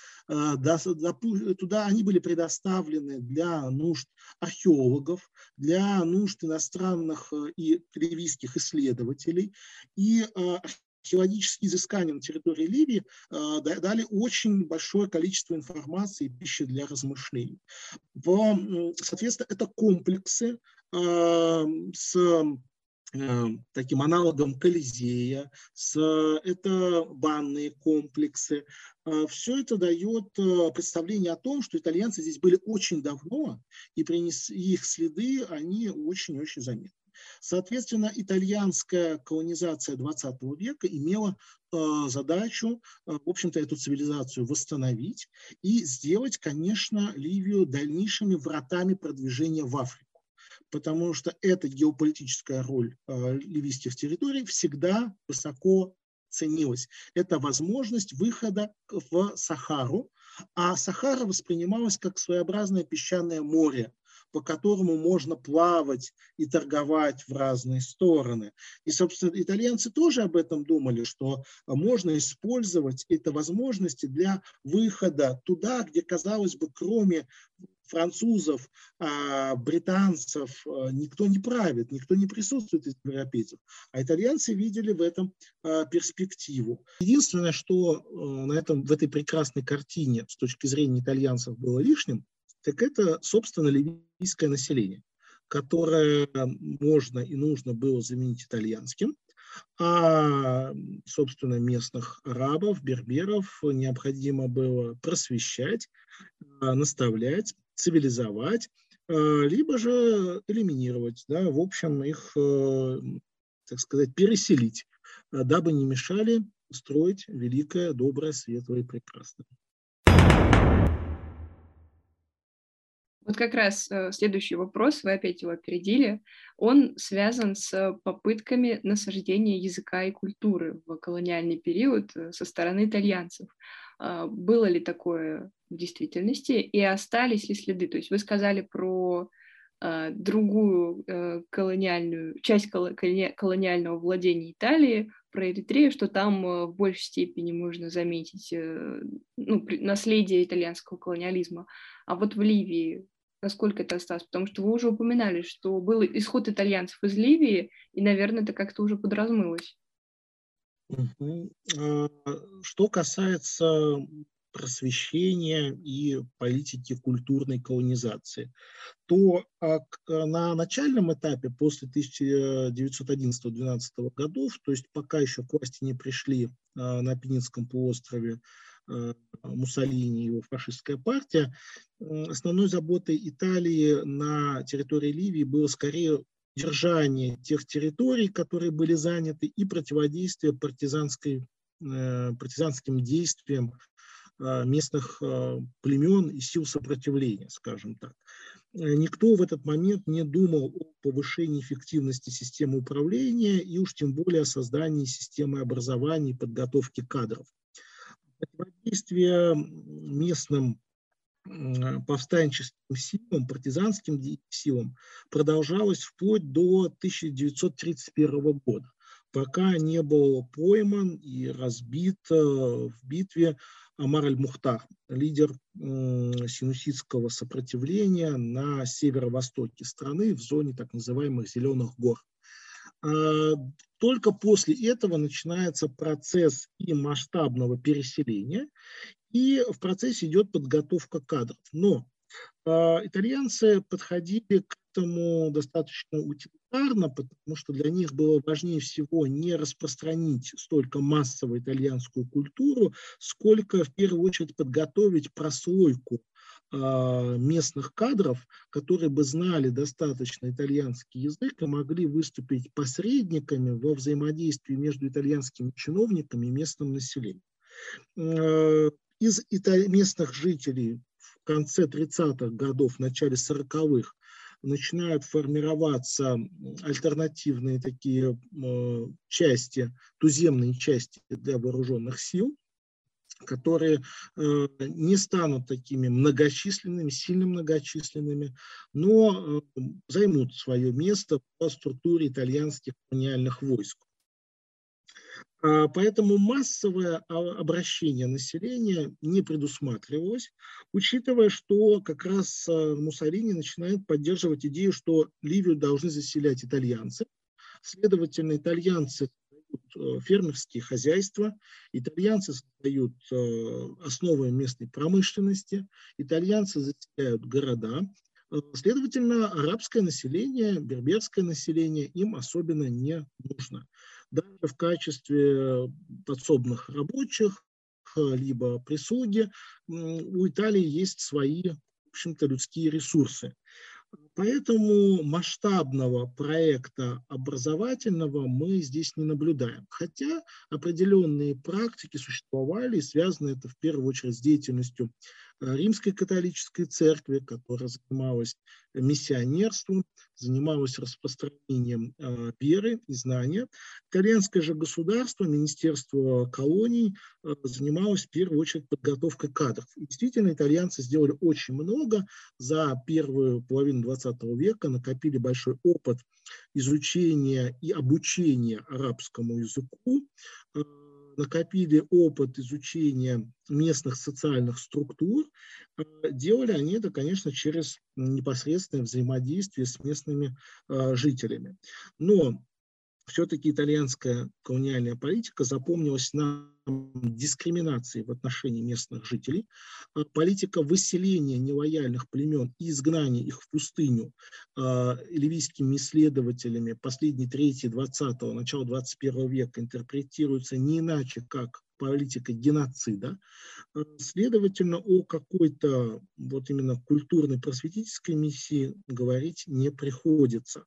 Туда они были предоставлены для нужд археологов, для нужд иностранных и ливийских исследователей. И археологические изыскания на территории Ливии дали очень большое количество информации и пищи для размышлений. Соответственно, это комплексы с таким аналогом Колизея, это банные комплексы. Все это дает представление о том, что итальянцы здесь были очень давно, и их следы, они очень-очень заметны. Соответственно, итальянская колонизация XX века имела задачу, в общем-то, эту цивилизацию восстановить и сделать, конечно, Ливию дальнейшими вратами продвижения в Африку. Потому что эта геополитическая роль ливийских территорий всегда высоко ценилась. Это возможность выхода в Сахару, а Сахара воспринималась как своеобразное песчаное море, по которому можно плавать и торговать в разные стороны. И, собственно, итальянцы тоже об этом думали, что можно использовать эти возможности для выхода туда, где, казалось бы, кроме французов, британцев никто не правит, никто не присутствует из европейцев. А итальянцы видели в этом перспективу. Единственное, что в этой прекрасной картине с точки зрения итальянцев было лишним, так это, собственно, ливийское население, которое можно и нужно было заменить итальянским, а, собственно, местных арабов, берберов необходимо было просвещать, наставлять, цивилизовать, либо же элиминировать, да, в общем, их, так сказать, переселить, дабы не мешали строить великое, доброе, светлое и прекрасное. Вот как раз следующий вопрос, вы опять его опередили, он связан с попытками насаждения языка и культуры в колониальный период со стороны итальянцев. Было ли такое в действительности и остались ли следы? То есть вы сказали про другую часть колониального владения Италии, про Эритрею, что там в большей степени можно заметить наследие итальянского колониализма. А вот в Ливии насколько это осталось? Потому что вы уже упоминали, что был исход итальянцев из Ливии, и, наверное, это как-то уже подразмылось. Что касается просвещения и политики культурной колонизации, то на начальном этапе, после 1911-12 годов, то есть пока еще к власти не пришли на Апеннинском полуострове Муссолини и его фашистская партия, основной заботой Италии на территории Ливии было скорее удержание тех территорий, которые были заняты, и противодействие партизанским действиям местных племен и сил сопротивления, скажем так. Никто в этот момент не думал о повышении эффективности системы управления и уж тем более о создании системы образования и подготовки кадров. Противодействие местным повстанческим силам, партизанским силам продолжалось вплоть до 1931 года. пока не был пойман и разбит в битве Амар аль-Мухтар, лидер синуситского сопротивления на северо-востоке страны в зоне так называемых Зеленых гор. Только после этого начинается процесс и масштабного переселения, и в процессе идет подготовка кадров. Но итальянцы подходили к этому достаточно утилитарно, потому что для них было важнее всего не распространить столько массово итальянскую культуру, сколько в первую очередь подготовить прослойку местных кадров, которые бы знали достаточно итальянский язык и могли выступить посредниками во взаимодействии между итальянскими чиновниками и местным населением. Из местных жителей в конце 30-х годов, в начале 40-х начинают формироваться альтернативные такие части, туземные части для вооруженных сил, которые не станут такими многочисленными, сильно многочисленными, но займут свое место в структуре итальянских колониальных войск. Поэтому массовое обращение населения не предусматривалось, учитывая, что как раз Муссолини начинает поддерживать идею, что Ливию должны заселять итальянцы. Следовательно, итальянцы создают фермерские хозяйства, итальянцы создают основы местной промышленности, итальянцы заселяют города. Следовательно, арабское население, берберское население им особенно не нужно. Даже в качестве подсобных рабочих, либо прислуги у Италии есть свои, в общем-то, людские ресурсы. Поэтому масштабного проекта образовательного мы здесь не наблюдаем. Хотя определенные практики существовали, и связано это в первую очередь с деятельностью Римской католической церкви, которая занималась миссионерством, занималась распространением веры и знания. Итальянское же государство, Министерство колоний занималось в первую очередь подготовкой кадров. И действительно, итальянцы сделали очень много за первую половину 20 века, накопили большой опыт изучения и обучения арабскому языку, накопили опыт изучения местных социальных структур. Делали они это, конечно, через непосредственное взаимодействие с местными жителями. Но все-таки итальянская колониальная политика запомнилась на дискриминации в отношении местных жителей, политика выселения нелояльных племен и изгнания их в пустыню ливийскими исследователями последней трети 20-го, начала 21 века интерпретируется не иначе, как политика геноцида. Следовательно, о какой-то вот именно культурной просветительской миссии говорить не приходится.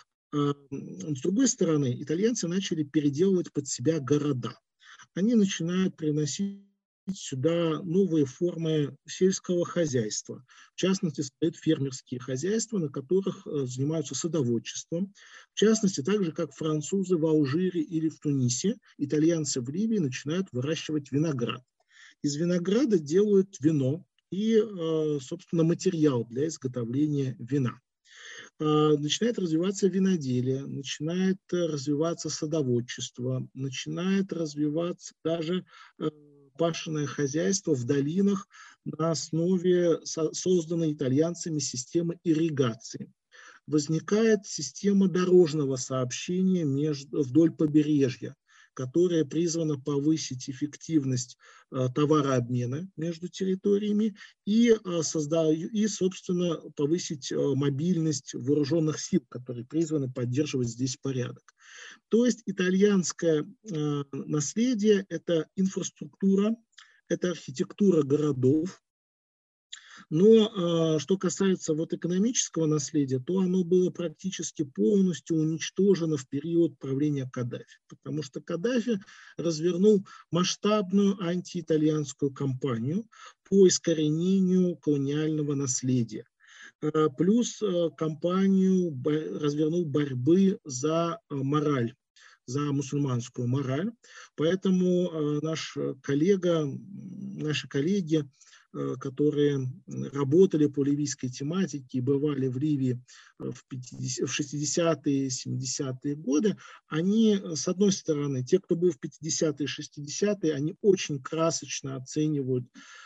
С другой стороны, итальянцы начали переделывать под себя города. Они начинают приносить сюда новые формы сельского хозяйства. В частности, стоят фермерские хозяйства, на которых занимаются садоводчеством. В частности, так же, как французы в Алжире или в Тунисе, итальянцы в Ливии начинают выращивать виноград. Из винограда делают вино и, собственно, материал для изготовления вина. Начинает развиваться виноделие, начинает развиваться садоводчество, начинает развиваться даже пашенное хозяйство в долинах на основе созданной итальянцами системы ирригации. Возникает система дорожного сообщения вдоль побережья, которая призвана повысить эффективность товарообмена между территориями и, собственно, повысить мобильность вооруженных сил, которые призваны поддерживать здесь порядок. То есть итальянское наследие – это инфраструктура, это архитектура городов. Но что касается вот экономического наследия, то оно было практически полностью уничтожено в период правления Каддафи, потому что Каддафи развернул масштабную антиитальянскую кампанию по искоренению колониального наследия. Плюс кампанию развернул борьбы за мораль, за мусульманскую мораль. Поэтому наши коллеги которые работали по ливийской тематике и бывали в Ливии в 60-е, 70-е годы, они, с одной стороны, те, кто был в 50-е, 60-е, они очень красочно оценивают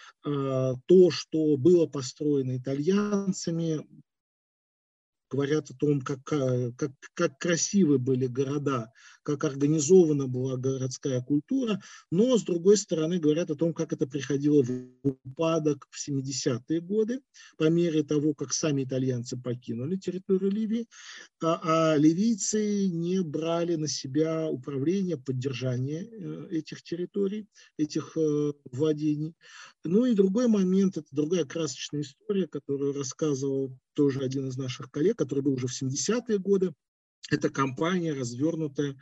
то, что было построено итальянцами, говорят о том, как красивы были города, как организована была городская культура, но, с другой стороны, говорят о том, как это приходило в упадок в 70-е годы, по мере того, как сами итальянцы покинули территорию Ливии, а ливийцы не брали на себя управление, поддержание этих территорий, этих владений. Ну и другой момент, это другая красочная история, которую рассказывал тоже один из наших коллег, который был уже в 70-е годы. Это кампания, развернутая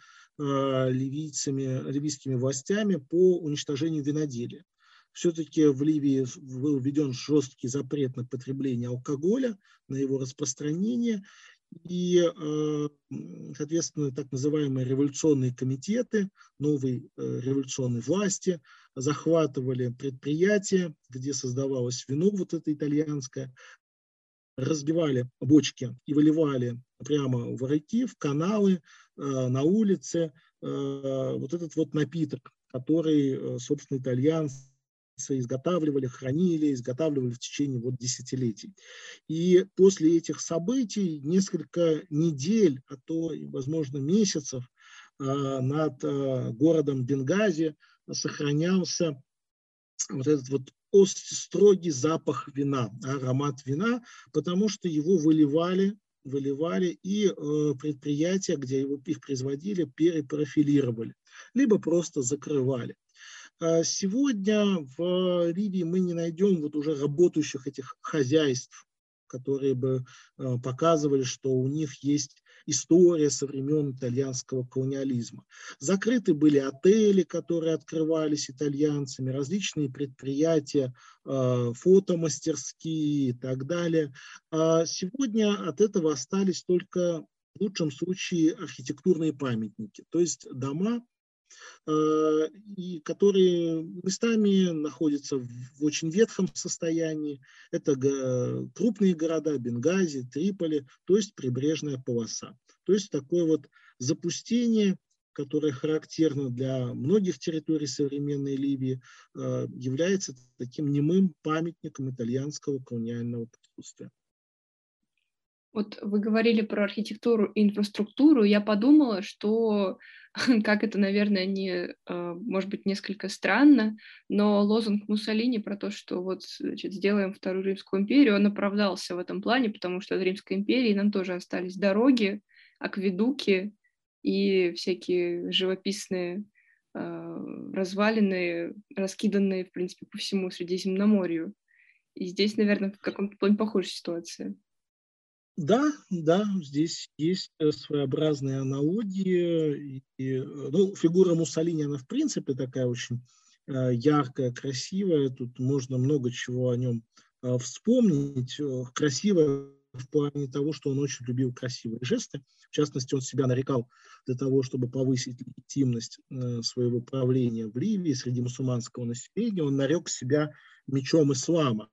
ливийскими властями по уничтожению виноделия. Все-таки в Ливии был введен жесткий запрет на потребление алкоголя, на его распространение. И, соответственно, так называемые революционные комитеты новой революционной власти захватывали предприятия, где создавалось вино, вот это итальянское, разбивали бочки и выливали прямо в реки, в каналы, на улице вот этот вот напиток, который, собственно, итальянцы изготавливали, хранили, изготавливали в течение десятилетий. И после этих событий несколько недель, а то, возможно, месяцев над городом Бенгази сохранялся вот этот строгий запах вина, аромат вина, потому что его выливали и предприятия, где их производили, перепрофилировали, либо просто закрывали. Сегодня в Ливии мы не найдем уже работающих этих хозяйств, которые бы показывали, что у них есть история со времен итальянского колониализма. Закрыты были отели, которые открывались итальянцами, различные предприятия, фотомастерские и так далее. Сегодня от этого остались только в лучшем случае архитектурные памятники, то есть дома, и которые местами находятся в очень ветхом состоянии. Это крупные города, Бенгази, Триполи, то есть прибрежная полоса. То есть такое запустение, которое характерно для многих территорий современной Ливии, является таким немым памятником итальянского колониального присутствия. Вот вы говорили про архитектуру и инфраструктуру, я подумала, что, как это, наверное, может быть, несколько странно, но лозунг Муссолини про то, что сделаем Вторую Римскую империю, он оправдался в этом плане, потому что от Римской империи нам тоже остались дороги, акведуки и всякие живописные развалины, раскиданные, в принципе, по всему Средиземноморью. И здесь, наверное, в каком-то плане похожая ситуация. Да, здесь есть своеобразные аналогии. Фигура Муссолини, она в принципе такая очень яркая, красивая. Тут можно много чего о нем вспомнить. Красивая в плане того, что он очень любил красивые жесты. В частности, он себя нарекал для того, чтобы повысить легитимность своего правления в Ливии среди мусульманского населения. Он нарек себя мечом ислама.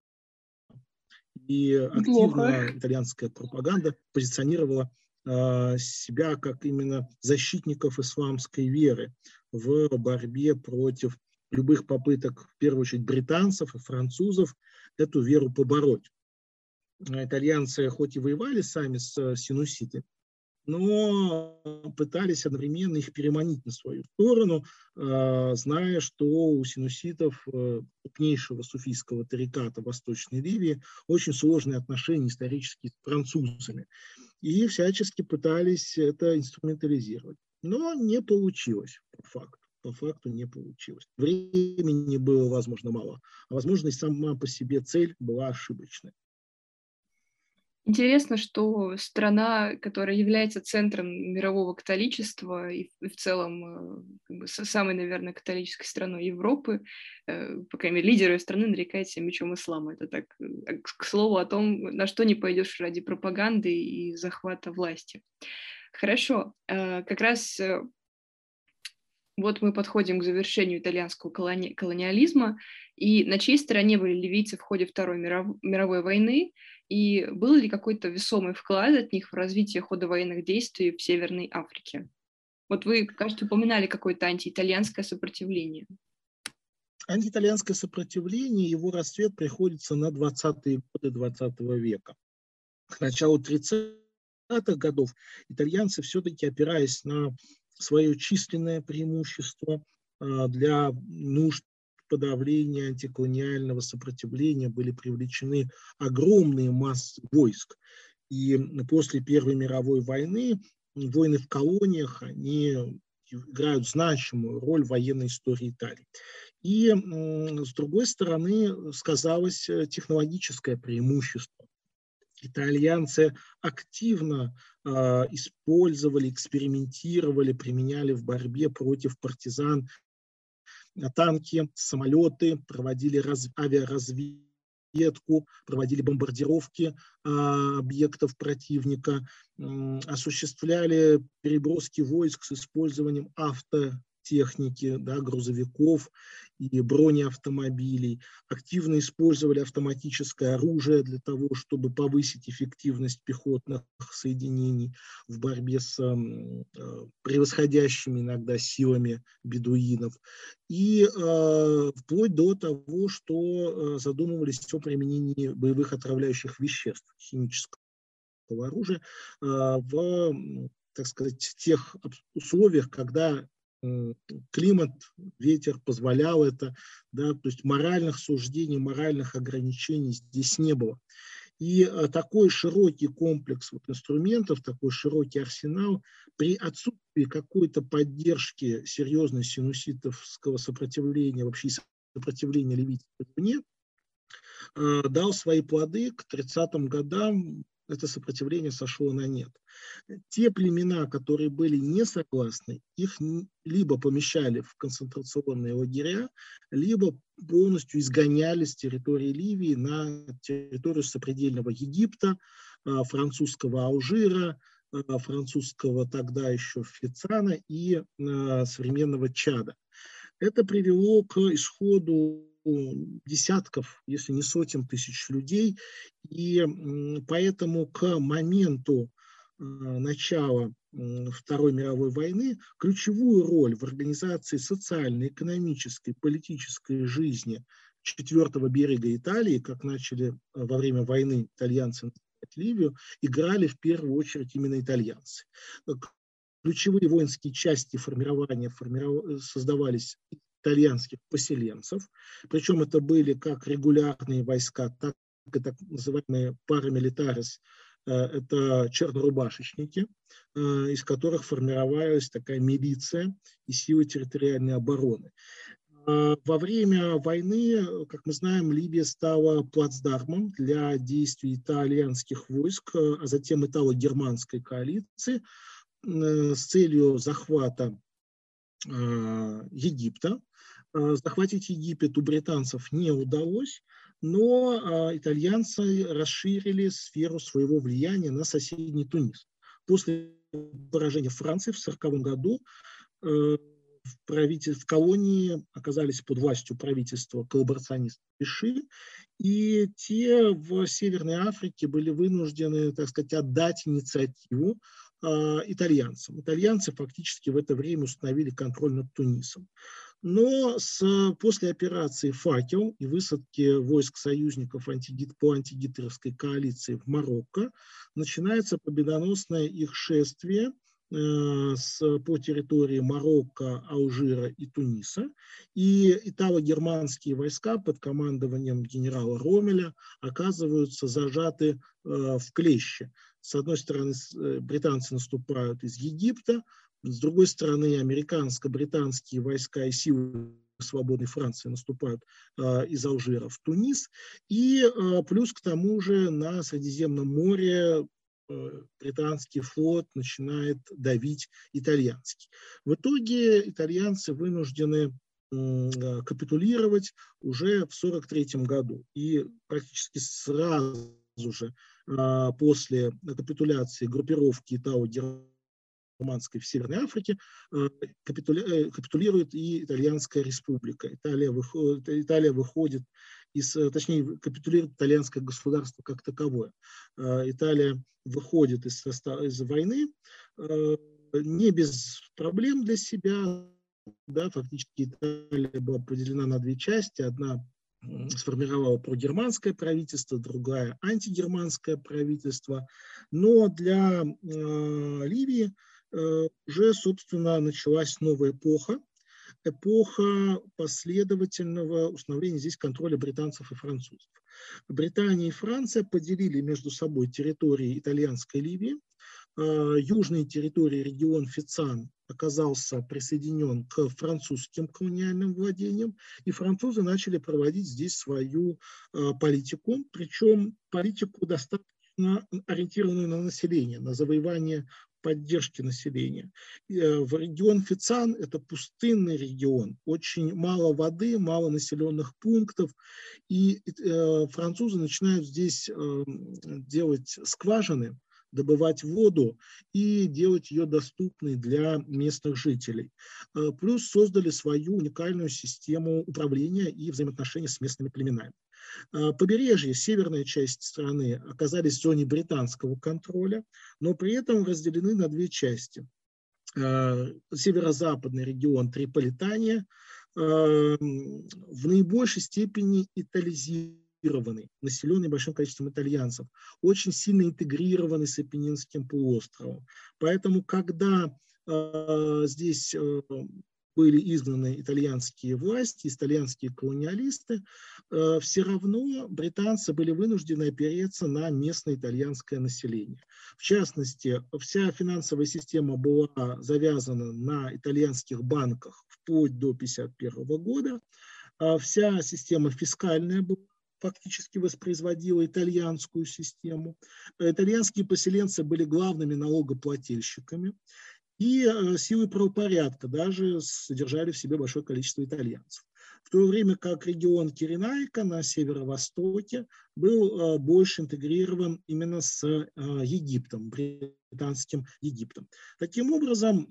И активно итальянская пропаганда позиционировала себя как именно защитников исламской веры в борьбе против любых попыток, в первую очередь, британцев и французов эту веру побороть. Итальянцы хоть и воевали сами с синуситами, но пытались одновременно их переманить на свою сторону, зная, что у синуситов, крупнейшего суфийского тариката Восточной Ливии, очень сложные отношения исторические с французами. И всячески пытались это инструментализировать. Но не получилось по факту. По факту не получилось. Времени было, возможно, мало, а возможно, и сама по себе цель была ошибочной. Интересно, что страна, которая является центром мирового католичества и в целом самой, наверное, католической страной Европы, по крайней мере, лидер страны нарекает себя мечом ислама. Это так, к слову о том, на что не пойдешь ради пропаганды и захвата власти. Хорошо, как раз Вот мы подходим к завершению итальянского колониализма, и на чьей стороне были ливийцы в ходе Второй мировой войны, и был ли какой-то весомый вклад от них в развитие хода военных действий в Северной Африке? Вот вы, кажется, упоминали какое-то антиитальянское сопротивление. Антиитальянское сопротивление, его расцвет приходится на 20-е годы 20 века. К началу 30-х годов итальянцы, все-таки опираясь на свое численное преимущество для нужд подавления антиколониального сопротивления, были привлечены огромные массы войск. И после Первой мировой войны войны в колониях, они играют значимую роль в военной истории Италии. И, с другой стороны, сказалось технологическое преимущество. Итальянцы активно использовали, экспериментировали, применяли в борьбе против партизан танки, самолеты, проводили авиаразведку, проводили бомбардировки объектов противника, осуществляли переброски войск с использованием автотехники, да, грузовиков и бронеавтомобилей, активно использовали автоматическое оружие для того, чтобы повысить эффективность пехотных соединений в борьбе с превосходящими иногда силами бедуинов. И вплоть до того, что задумывались о применении боевых отравляющих веществ, химического оружия в, так сказать, тех условиях, когда климат, ветер позволял это, да, то есть моральных суждений, моральных ограничений здесь не было. И такой широкий комплекс инструментов, такой широкий арсенал при отсутствии какой-то поддержки серьезной синуситовского сопротивления, вообще сопротивления ливийцев извне, дал свои плоды. К 30-м годам это сопротивление сошло на нет. Те племена, которые были не согласны, их либо помещали в концентрационные лагеря, либо полностью изгоняли с территории Ливии на территорию сопредельного Египта, французского Алжира, французского тогда еще Фецана и современного Чада. Это привело к исходу десятков, если не сотен тысяч людей, и поэтому к моменту начала Второй мировой войны ключевую роль в организации социальной, экономической, политической жизни четвертого берега Италии, как начали во время войны итальянцы называть Ливию, играли в первую очередь именно итальянцы. Ключевые воинские части формирования создавались итальянских поселенцев, причем это были как регулярные войска, так и так называемые парамилитарис, это чернорубашечники, из которых формировалась такая милиция и силы территориальной обороны. Во время войны, как мы знаем, Ливия стала плацдармом для действий итальянских войск, а затем итало-германской коалиции с целью захвата Египта. Захватить Египет у британцев не удалось, но итальянцы расширили сферу своего влияния на соседний Тунис. После поражения Франции в 1940 году в колонии оказались под властью правительства коллаборационистов Пиши, и те в Северной Африке были вынуждены, так сказать, отдать инициативу итальянцам. Итальянцы фактически в это время установили контроль над Тунисом. Но после операции «Факел» и высадки войск союзников по антигитлеровской коалиции в Марокко начинается победоносное их шествие по территории Марокко, Алжира и Туниса. И итало-германские войска под командованием генерала Роммеля оказываются зажаты в клещи. С одной стороны, британцы наступают из Египта, с другой стороны, американско-британские войска и силы свободной Франции наступают из Алжира в Тунис. И плюс к тому же на Средиземном море британский флот начинает давить итальянский. В итоге итальянцы вынуждены капитулировать уже в 1943 году. И практически сразу же после капитуляции группировки итало-германских Нормандской в Северной Африке, капитулирует и Итальянская республика. Италия выходит точнее, капитулирует итальянское государство как таковое. Италия выходит из войны не без проблем для себя. Да, фактически Италия была поделена на две части. Одна сформировала прогерманское правительство, другая антигерманское правительство. Но для Ливии уже, собственно, началась новая эпоха. Эпоха последовательного установления здесь контроля британцев и французов. Британия и Франция поделили между собой территории итальянской Ливии. Южные территории, регион Фицан, оказался присоединен к французским колониальным владениям, и французы начали проводить здесь свою политику, причем политику достаточно ориентированную на население, на завоевание поддержки населения. В регион Фицан – это пустынный регион, очень мало воды, мало населенных пунктов, и французы начинают здесь делать скважины, добывать воду и делать ее доступной для местных жителей. Плюс создали свою уникальную систему управления и взаимоотношений с местными племенами. Побережье, северная часть страны оказались в зоне британского контроля, но при этом разделены на две части. Северо-западный регион Триполитания в наибольшей степени итализированный, населенный большим количеством итальянцев, очень сильно интегрированный с Апеннинским полуостровом. Поэтому, когда здесь были изгнаны итальянские власти, итальянские колониалисты, все равно британцы были вынуждены опереться на местное итальянское население. В частности, вся финансовая система была завязана на итальянских банках вплоть до 1951 года. Вся система фискальная фактически воспроизводила итальянскую систему. Итальянские поселенцы были главными налогоплательщиками. И силы правопорядка даже содержали в себе большое количество итальянцев. В то время как регион Киренайка на северо-востоке был больше интегрирован именно с Египтом, британским Египтом. Таким образом,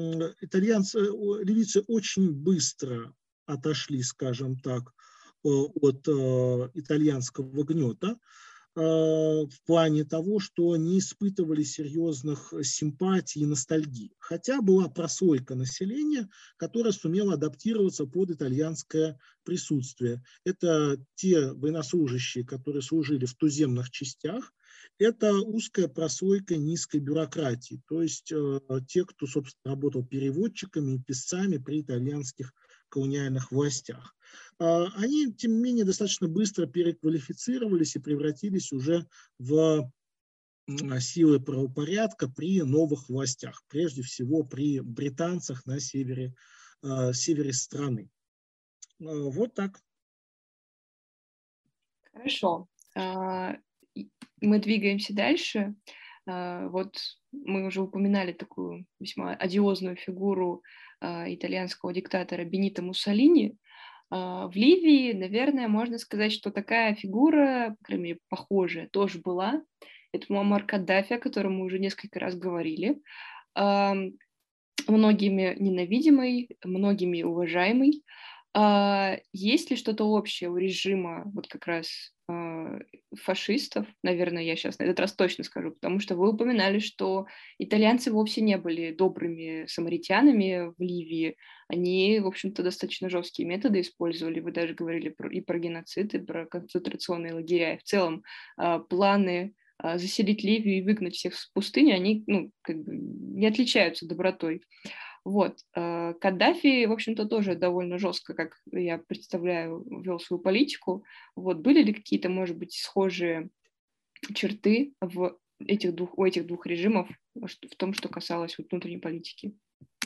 ливийцы очень быстро отошли, скажем так, от итальянского гнета, в плане того, что не испытывали серьезных симпатий и ностальгии. Хотя была прослойка населения, которая сумела адаптироваться под итальянское присутствие. Это те военнослужащие, которые служили в туземных частях. Это узкая прослойка низкой бюрократии, то есть те, кто, собственно, работал переводчиками и писцами при итальянских колониальных властях. Они, тем не менее, достаточно быстро переквалифицировались и превратились уже в силы правопорядка при новых властях, прежде всего при британцах на севере страны. Вот так. Хорошо. Мы двигаемся дальше. Вот мы уже упоминали такую весьма одиозную фигуру итальянского диктатора Бенито Муссолини. В Ливии, наверное, можно сказать, что такая фигура, по крайней мере, похожая, тоже была. Это Муаммар Каддафи, о котором мы уже несколько раз говорили. Многими ненавидимый, многими уважаемый. Есть ли что-то общее у режима вот как раз фашистов? Наверное, я сейчас на этот раз точно скажу, потому что вы упоминали, что итальянцы вовсе не были добрыми самаритянами в Ливии. Они, в общем-то, достаточно жесткие методы использовали. Вы даже говорили и про геноцид, и про концентрационные лагеря. И в целом планы заселить Ливию и выгнать всех с пустыни, они как бы не отличаются добротой. Вот. Каддафи, в общем-то, тоже довольно жестко, как я представляю, вел свою политику. Вот. Были ли какие-то, может быть, схожие черты у этих двух режимов в том, что касалось внутренней политики?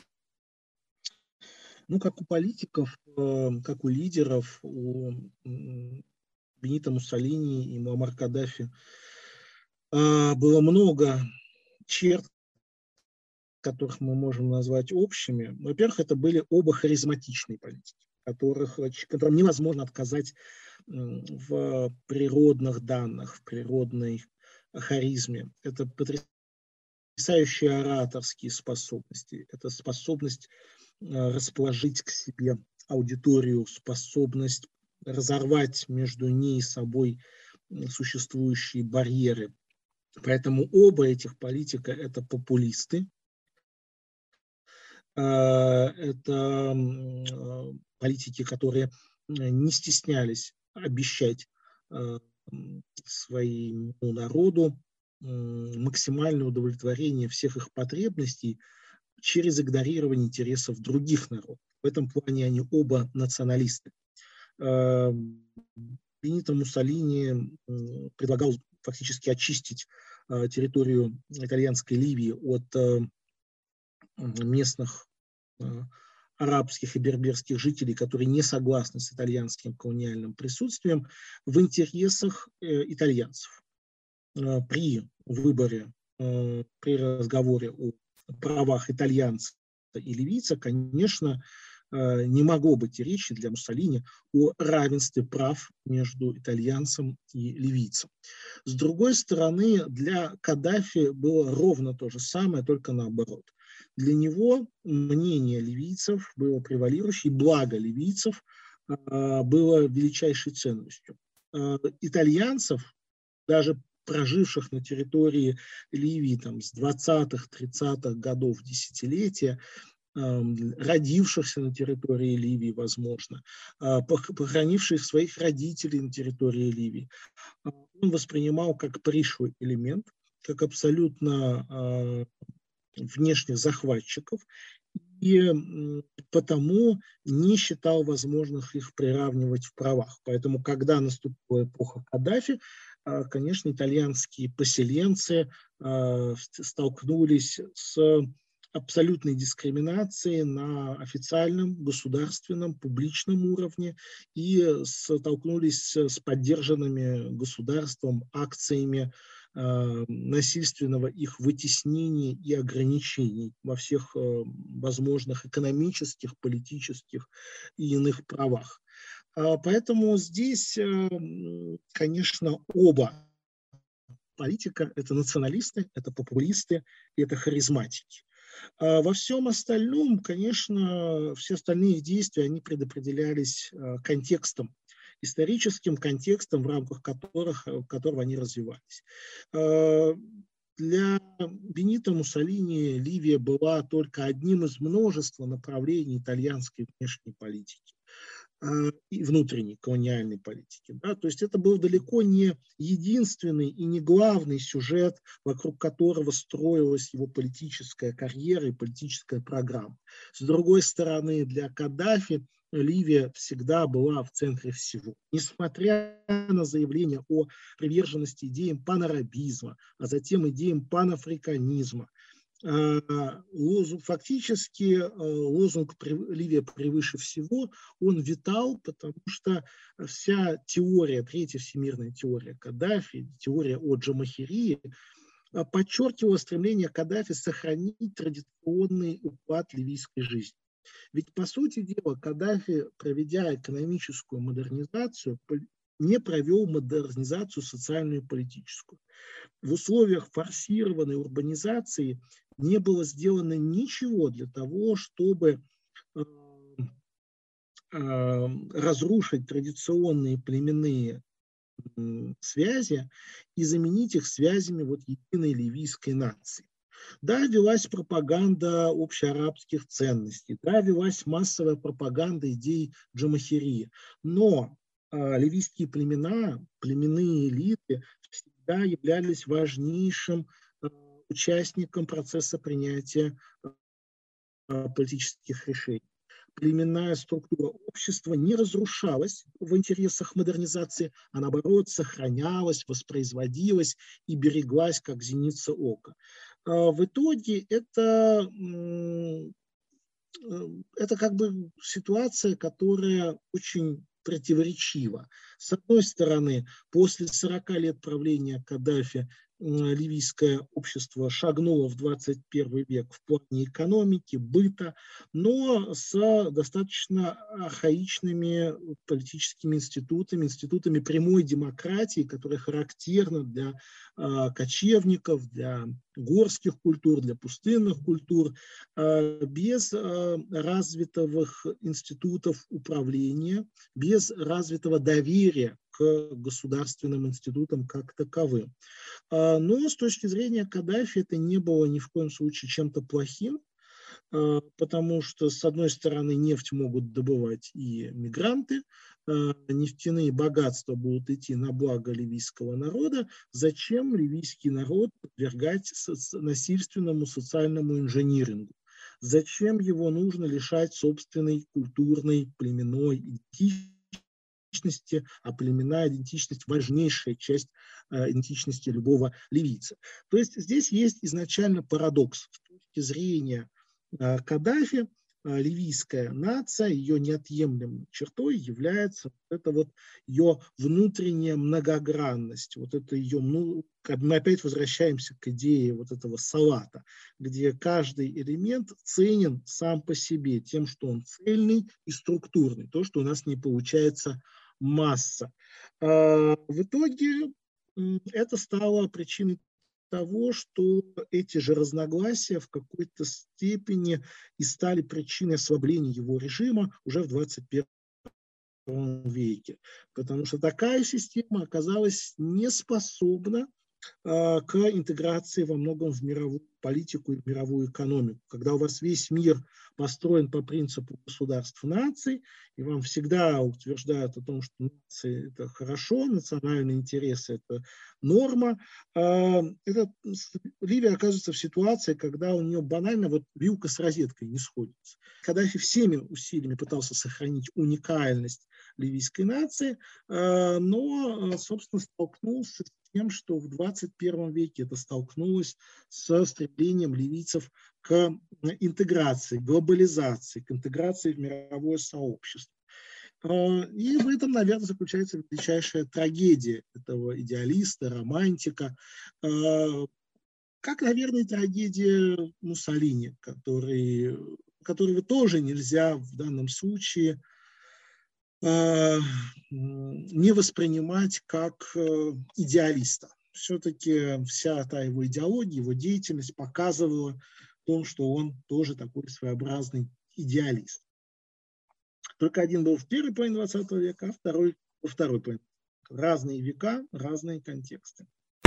Ну, как у политиков, как у лидеров, у Бенито Муссолини и Муаммар Каддафи было много черт, которых мы можем назвать общими. Во-первых, это были оба харизматичные политики, которым невозможно отказать в природных данных, в природной харизме. Это потрясающие ораторские способности. Это способность расположить к себе аудиторию, способность разорвать между ней и собой существующие барьеры. Поэтому оба этих политика – это популисты, это политики, которые не стеснялись обещать своему народу максимальное удовлетворение всех их потребностей через игнорирование интересов других народов. В этом плане они оба националисты. Бенито Муссолини предлагал фактически очистить территорию итальянской Ливии от местных арабских и берберских жителей, которые не согласны с итальянским колониальным присутствием, в интересах итальянцев. При выборе, при разговоре о правах итальянца и ливийца, конечно, не могло быть и речи для Муссолини о равенстве прав между итальянцем и ливийцем. С другой стороны, для Каддафи было ровно то же самое, только наоборот. Для него мнение ливийцев было превалирующее, благо ливийцев было величайшей ценностью. Итальянцев, даже проживших на территории Ливии там, с 20-х, 30-х годов десятилетия, родившихся на территории Ливии, возможно, похоронивших своих родителей на территории Ливии, он воспринимал как пришлый элемент, как абсолютно внешних захватчиков, и потому не считал возможным их приравнивать в правах. Поэтому, когда наступила эпоха Каддафи, конечно, итальянские поселенцы столкнулись с абсолютной дискриминацией на официальном, государственном, публичном уровне и столкнулись с поддержанными государством акциями насильственного их вытеснения и ограничений во всех возможных экономических, политических и иных правах. Поэтому здесь, конечно, оба политика – это националисты, это популисты, это харизматики. Во всем остальном, конечно, все остальные действия, они предопределялись контекстом, историческим контекстом, в рамках которого они развивались. Для Бенито Муссолини Ливия была только одним из множества направлений итальянской внешней политики и внутренней колониальной политики. Да? То есть это был далеко не единственный и не главный сюжет, вокруг которого строилась его политическая карьера и политическая программа. С другой стороны, для Каддафи Ливия всегда была в центре всего. Несмотря на заявление о приверженности идеям панарабизма, а затем идеям панафриканизма, фактически лозунг «Ливия превыше всего», он витал, потому что вся теория, третья всемирная теория Каддафи, теория о Джамахирии, подчеркивала стремление Каддафи сохранить традиционный уклад ливийской жизни. Ведь, по сути дела, Каддафи, проведя экономическую модернизацию, не провел модернизацию социальную и политическую. В условиях форсированной урбанизации не было сделано ничего для того, чтобы разрушить традиционные племенные связи и заменить их связями вот единой ливийской нации. Да, велась пропаганда общеарабских ценностей, да, велась массовая пропаганда идей Джамахирии, но ливийские племена, племенные элиты всегда являлись важнейшим участником процесса принятия политических решений. Племенная структура общества не разрушалась в интересах модернизации, а наоборот сохранялась, воспроизводилась и береглась, как зеница ока. В итоге это как бы ситуация, которая очень противоречива. С одной стороны, после 40 лет правления Каддафи ливийское общество шагнуло в 21 век в плане экономики, быта, но с достаточно архаичными политическими институтами, институтами прямой демократии, которые характерны для кочевников, для горских культур, для пустынных культур, без развитых институтов управления, без развитого доверия к государственным институтам как таковым. Но с точки зрения Каддафи это не было ни в коем случае чем-то плохим, потому что, с одной стороны, нефть могут добывать и мигранты, нефтяные богатства будут идти на благо ливийского народа. Зачем ливийский народ подвергать насильственному социальному инжинирингу? Зачем его нужно лишать собственной культурной, племенной идентичности, а племенная идентичность – важнейшая часть идентичности любого ливийца. То есть здесь есть изначально парадокс. С точки зрения Каддафи, ливийская нация, ее неотъемлемой чертой является это вот ее внутренняя многогранность, вот это ее, мы опять возвращаемся к идее вот этого салата, где каждый элемент ценен сам по себе тем, что он цельный и структурный, то, что у нас не получается масса. В итоге это стало причиной того, что эти же разногласия в какой-то степени и стали причиной ослабления его режима уже в 21 веке. Потому что такая система оказалась не способна к интеграции во многом в мировую политику и в мировую экономику. Когда у вас весь мир построен по принципу государств-наций, и вам всегда утверждают о том, что нации – это хорошо, национальные интересы – это норма, Ливия оказывается в ситуации, когда у нее банально вот вилка с розеткой не сходится. Каддафи всеми усилиями пытался сохранить уникальность ливийской нации, но, собственно, столкнулся с тем, что в 21 веке это столкнулось со стремлением ливийцев к интеграции, глобализации, к интеграции в мировое сообщество. И в этом, наверное, заключается величайшая трагедия этого идеалиста, романтика, как, наверное, трагедия Муссолини, которого тоже нельзя в данном случае не воспринимать как идеалиста. Все-таки вся та его идеология, его деятельность показывала том, что он тоже такой своеобразный идеалист. Только один был в первой половине 20 века, а второй во второй половине. Разные века, разные контексты.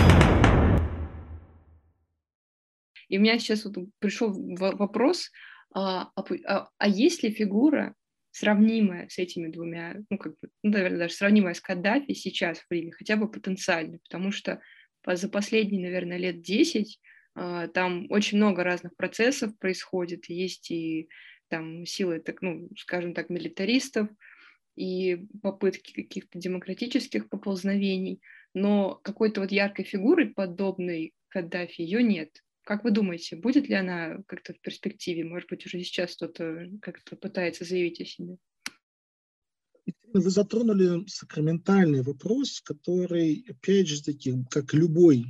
И у меня сейчас вот пришел вопрос, есть ли фигура, сравнимая с этими двумя, наверное, даже сравнимая с Каддафи сейчас в Ливии, хотя бы потенциально, потому что за последние, наверное, лет 10 там очень много разных процессов происходит, есть и там силы, скажем так, милитаристов, и попытки каких-то демократических поползновений, но какой-то вот яркой фигуры, подобной Каддафи, ее нет. Как вы думаете, будет ли она как-то в перспективе? Может быть, уже сейчас кто-то как-то пытается заявить о себе? Вы затронули сакраментальный вопрос, который, опять же таки, как любой,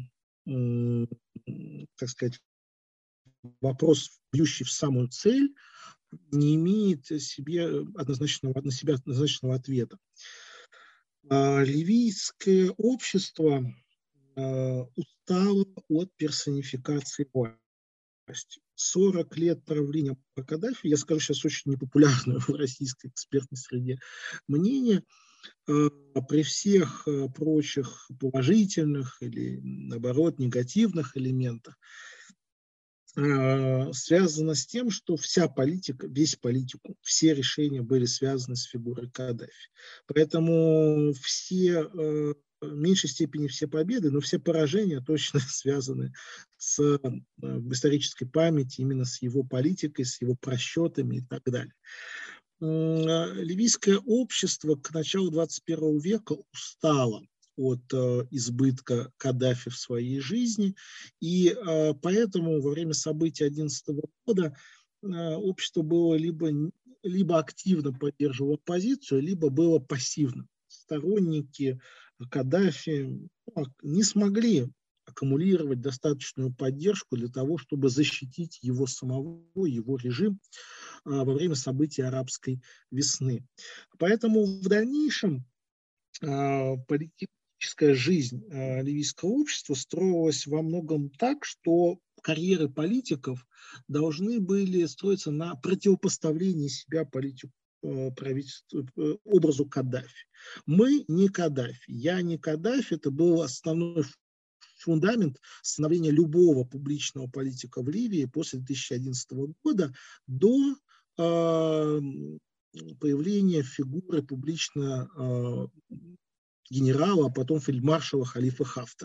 так сказать, вопрос, бьющий в самую цель, не имеет себе однозначного ответа. Ливийское общество устало от персонификации власти. 40 лет правления Каддафи, я скажу сейчас очень непопулярное в российской экспертной среде мнение, при всех прочих положительных или, наоборот, негативных элементах, связано с тем, что вся политика, весь политику, все решения были связаны с фигурой Каддафи. Поэтому в меньшей степени все победы, но все поражения точно связаны с исторической памятью, именно с его политикой, с его просчетами и так далее. Ливийское общество к началу 21 века устало от избытка Каддафи в своей жизни, и поэтому во время событий 2011 года общество было либо активно поддерживало оппозицию, либо было пассивно. Сторонники Каддафи не смогли аккумулировать достаточную поддержку для того, чтобы защитить его самого, его режим во время событий арабской весны. Поэтому в дальнейшем политическая жизнь ливийского общества строилась во многом так, что карьеры политиков должны были строиться на противопоставлении себя образу Каддафи. Мы не Каддафи, я не Каддафи, это был основной фундамент становления любого публичного политика в Ливии после 2011 года до появления фигуры публично генерала, а потом фельдмаршала Халифа Хафтара,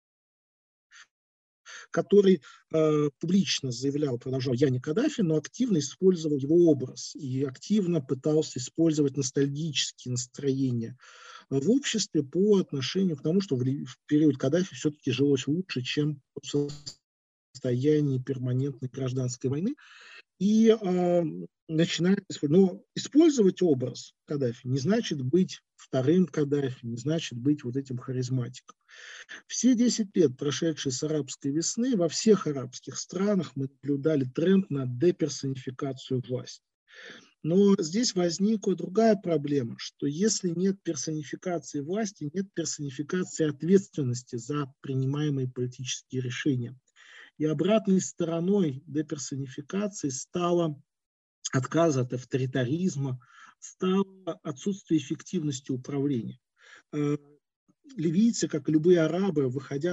который публично заявлял, продолжал «я не Каддафи», но активно использовал его образ и активно пытался использовать ностальгические настроения в обществе по отношению к тому, что в период Каддафи все-таки жилось лучше, чем в состоянии перманентной гражданской войны. И начинает использовать образ Каддафи не значит быть вторым Каддафи, не значит быть вот этим харизматиком. Все 10 лет, прошедшие с арабской весны, во всех арабских странах мы наблюдали тренд на деперсонификацию власти. Но здесь возникла другая проблема, что если нет персонификации власти, нет персонификации ответственности за принимаемые политические решения. И обратной стороной деперсонификации стало отказ от авторитаризма, стало отсутствие эффективности управления. Ливийцы, как и любые арабы, выходя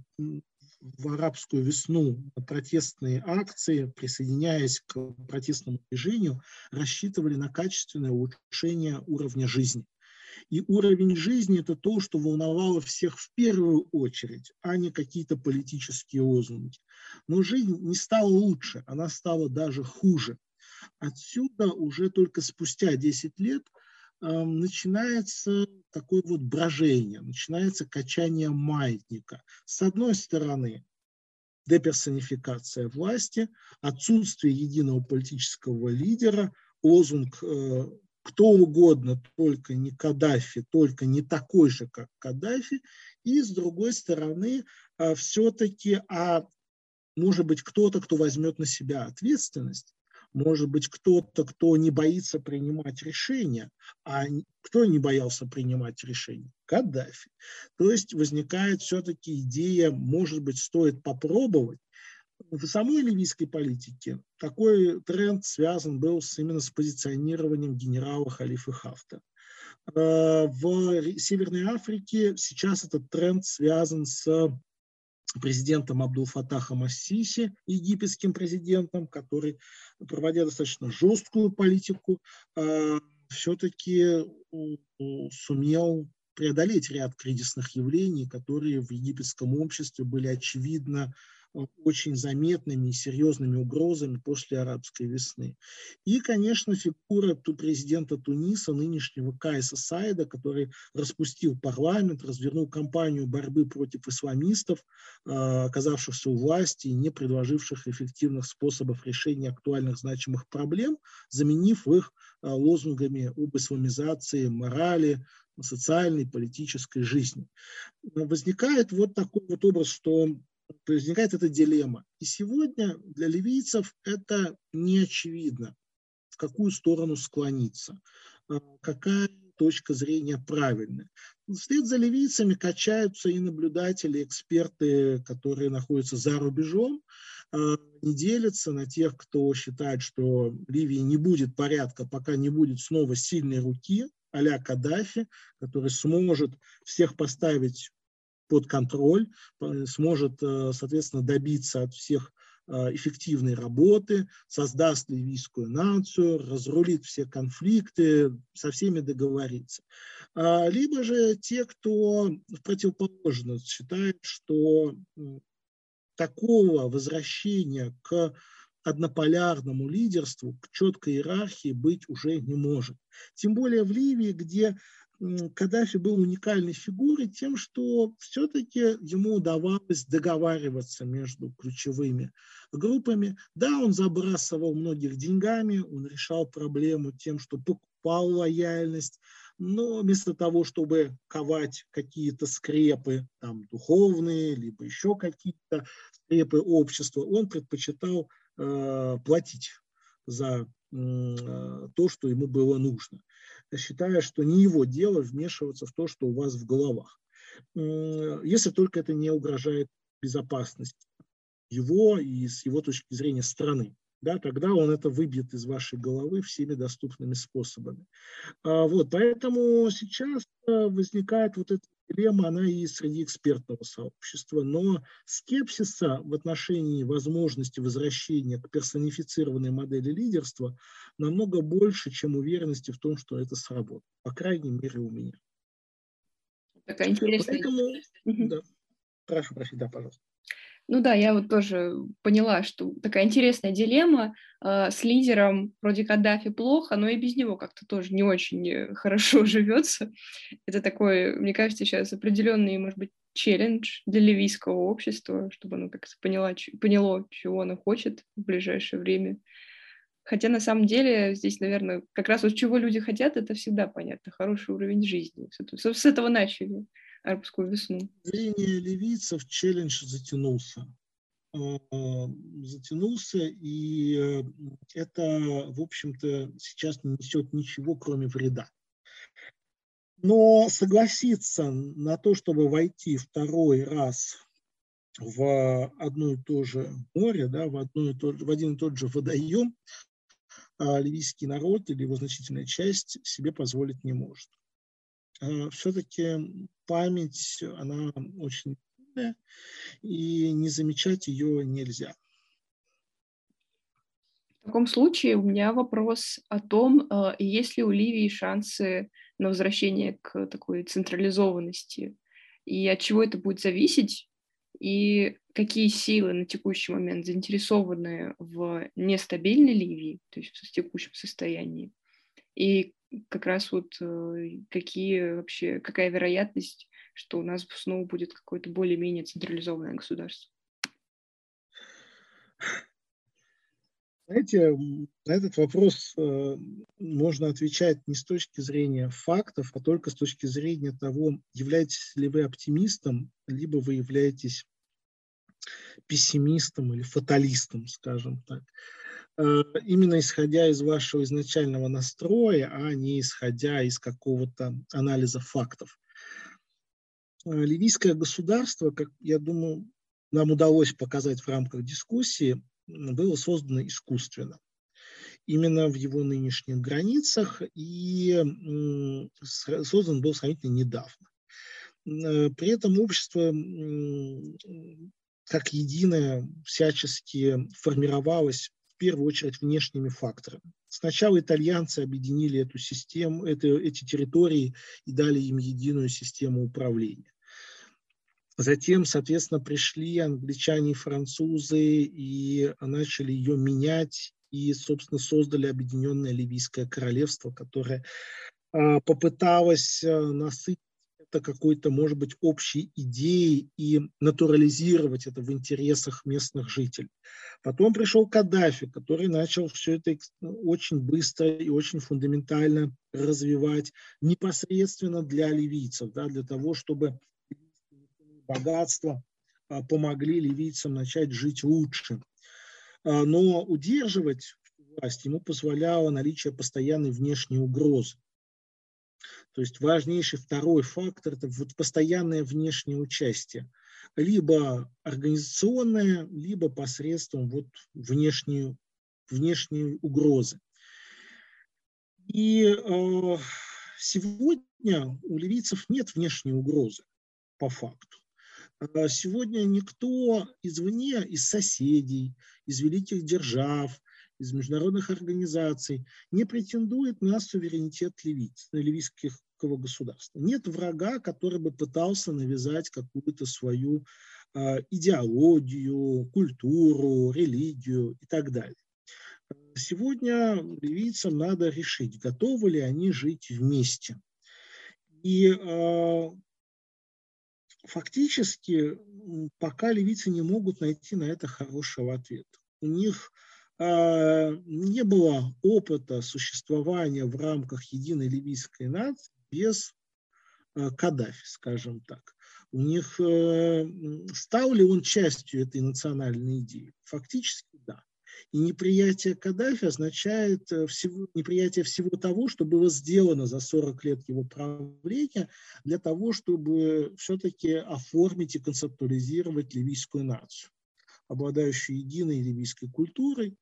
в арабскую весну на протестные акции, присоединяясь к протестному движению, рассчитывали на качественное улучшение уровня жизни. И уровень жизни – это то, что волновало всех в первую очередь, а не какие-то политические лозунги. Но жизнь не стала лучше, она стала даже хуже. Отсюда уже только спустя 10 лет начинается такое вот брожение, начинается качание маятника. С одной стороны, деперсонификация власти, отсутствие единого политического лидера, лозунг кто угодно, только не Каддафи, только не такой же, как Каддафи. И с другой стороны, все-таки, может быть, кто-то, кто возьмет на себя ответственность, может быть, кто-то, кто не боится принимать решения. А кто не боялся принимать решения? Каддафи. То есть возникает все-таки идея, может быть, стоит попробовать. В самой ливийской политике такой тренд связан был именно с позиционированием генерала Халифа Хафтара. В Северной Африке сейчас этот тренд связан с президентом Абдул-Фатахом ас-Сиси, египетским президентом, который, проводя достаточно жесткую политику, все-таки сумел преодолеть ряд кризисных явлений, которые в египетском обществе были очевидно очень заметными и серьезными угрозами после арабской весны. И, конечно, фигура президента Туниса, нынешнего Кайса Саида, который распустил парламент, развернул кампанию борьбы против исламистов, оказавшихся у власти и не предложивших эффективных способов решения актуальных значимых проблем, заменив их лозунгами об исламизации морали, социальной, политической жизни. Возникает вот такой вот образ, что возникает эта дилемма. И сегодня для ливийцев это не очевидно, в какую сторону склониться, какая точка зрения правильная. Вслед за ливийцами качаются и наблюдатели, эксперты, которые находятся за рубежом, не делятся на тех, кто считает, что в Ливии не будет порядка, пока не будет снова сильной руки, а-ля Каддафи, который сможет всех поставить под контроль, сможет, соответственно, добиться от всех эффективной работы, создаст ливийскую нацию, разрулит все конфликты, со всеми договорится. Либо же те, кто противоположно считает, что такого возвращения к однополярному лидерству, к четкой иерархии быть уже не может. Тем более в Ливии, где Каддафи был уникальной фигурой тем, что все-таки ему удавалось договариваться между ключевыми группами. Да, он забрасывал многих деньгами, он решал проблему тем, что покупал лояльность, но вместо того, чтобы ковать какие-то скрепы там, духовные, либо еще какие-то скрепы общества, он предпочитал платить за то, что ему было нужно, считая, что не его дело вмешиваться в то, что у вас в головах, если только это не угрожает безопасности его и с его точки зрения страны. Да, тогда он это выбьет из вашей головы всеми доступными способами. Вот, поэтому сейчас возникает вот эта дилемма, она и среди экспертного сообщества, но скепсиса в отношении возможности возвращения к персонифицированной модели лидерства намного больше, чем уверенности в том, что это сработает, по крайней мере у меня. Такая интересная. Поэтому, да, прошу, да, пожалуйста. Ну да, я вот тоже поняла, что такая интересная дилемма. С лидером вроде Каддафи плохо, но и без него как-то тоже не очень хорошо живется. Это такой, мне кажется, сейчас определенный, может быть, челлендж для ливийского общества, чтобы оно как-то поняло, чего оно хочет в ближайшее время. Хотя на самом деле здесь, наверное, как раз вот чего люди хотят, это всегда понятно. Хороший уровень жизни. С этого начали арабскую весну. С зрения ливийцев челлендж затянулся, и это, в общем-то, сейчас не несет ничего, кроме вреда. Но согласиться на то, чтобы войти второй раз в одно и то же море, да, в один и тот же водоем, ливийский народ или его значительная часть себе позволить не может. Все-таки память, она очень сильная, и не замечать ее нельзя. В таком случае у меня вопрос о том, есть ли у Ливии шансы на возвращение к такой централизованности, и от чего это будет зависеть, и какие силы на текущий момент заинтересованы в нестабильной Ливии, то есть в текущем состоянии, и как раз вот какая вероятность, что у нас снова будет какое-то более-менее централизованное государство. Знаете, на этот вопрос можно отвечать не с точки зрения фактов, а только с точки зрения того, являетесь ли вы оптимистом, либо вы являетесь пессимистом или фаталистом, скажем так. Именно исходя из вашего изначального настроя, а не исходя из какого-то анализа фактов. Ливийское государство, как я думаю, нам удалось показать в рамках дискуссии, было создано искусственно. Именно в его нынешних границах и создан был сравнительно недавно. При этом общество как единое всячески формировалось в первую очередь внешними факторами. Сначала итальянцы объединили эту систему, эти территории и дали им единую систему управления. Затем, соответственно, пришли англичане и французы и начали ее менять и, собственно, создали Объединенное Ливийское королевство, которое попыталось насытить это какой-то, может быть, общей идеей и натурализировать это в интересах местных жителей. Потом пришел Каддафи, который начал все это очень быстро и очень фундаментально развивать непосредственно для ливийцев, да, для того, чтобы богатства помогли ливийцам начать жить лучше. Но удерживать власть ему позволяло наличие постоянной внешней угрозы. То есть важнейший второй фактор – это вот постоянное внешнее участие. Либо организационное, либо посредством вот внешней угрозы. И сегодня у ливийцев нет внешней угрозы по факту. Сегодня никто извне, из соседей, из великих держав, из международных организаций не претендует на суверенитет ливийского государства. Нет врага, который бы пытался навязать какую-то свою идеологию, культуру, религию и так далее. Сегодня ливийцам надо решить, готовы ли они жить вместе. И фактически пока ливийцы не могут найти на это хорошего ответа. У них не было опыта существования в рамках единой ливийской нации без Каддафи, скажем так. У них стал ли он частью этой национальной идеи? Фактически да. И неприятие Каддафи означает неприятие всего того, что было сделано за 40 лет его правления для того, чтобы все-таки оформить и концептуализировать ливийскую нацию, обладающую единой ливийской культурой.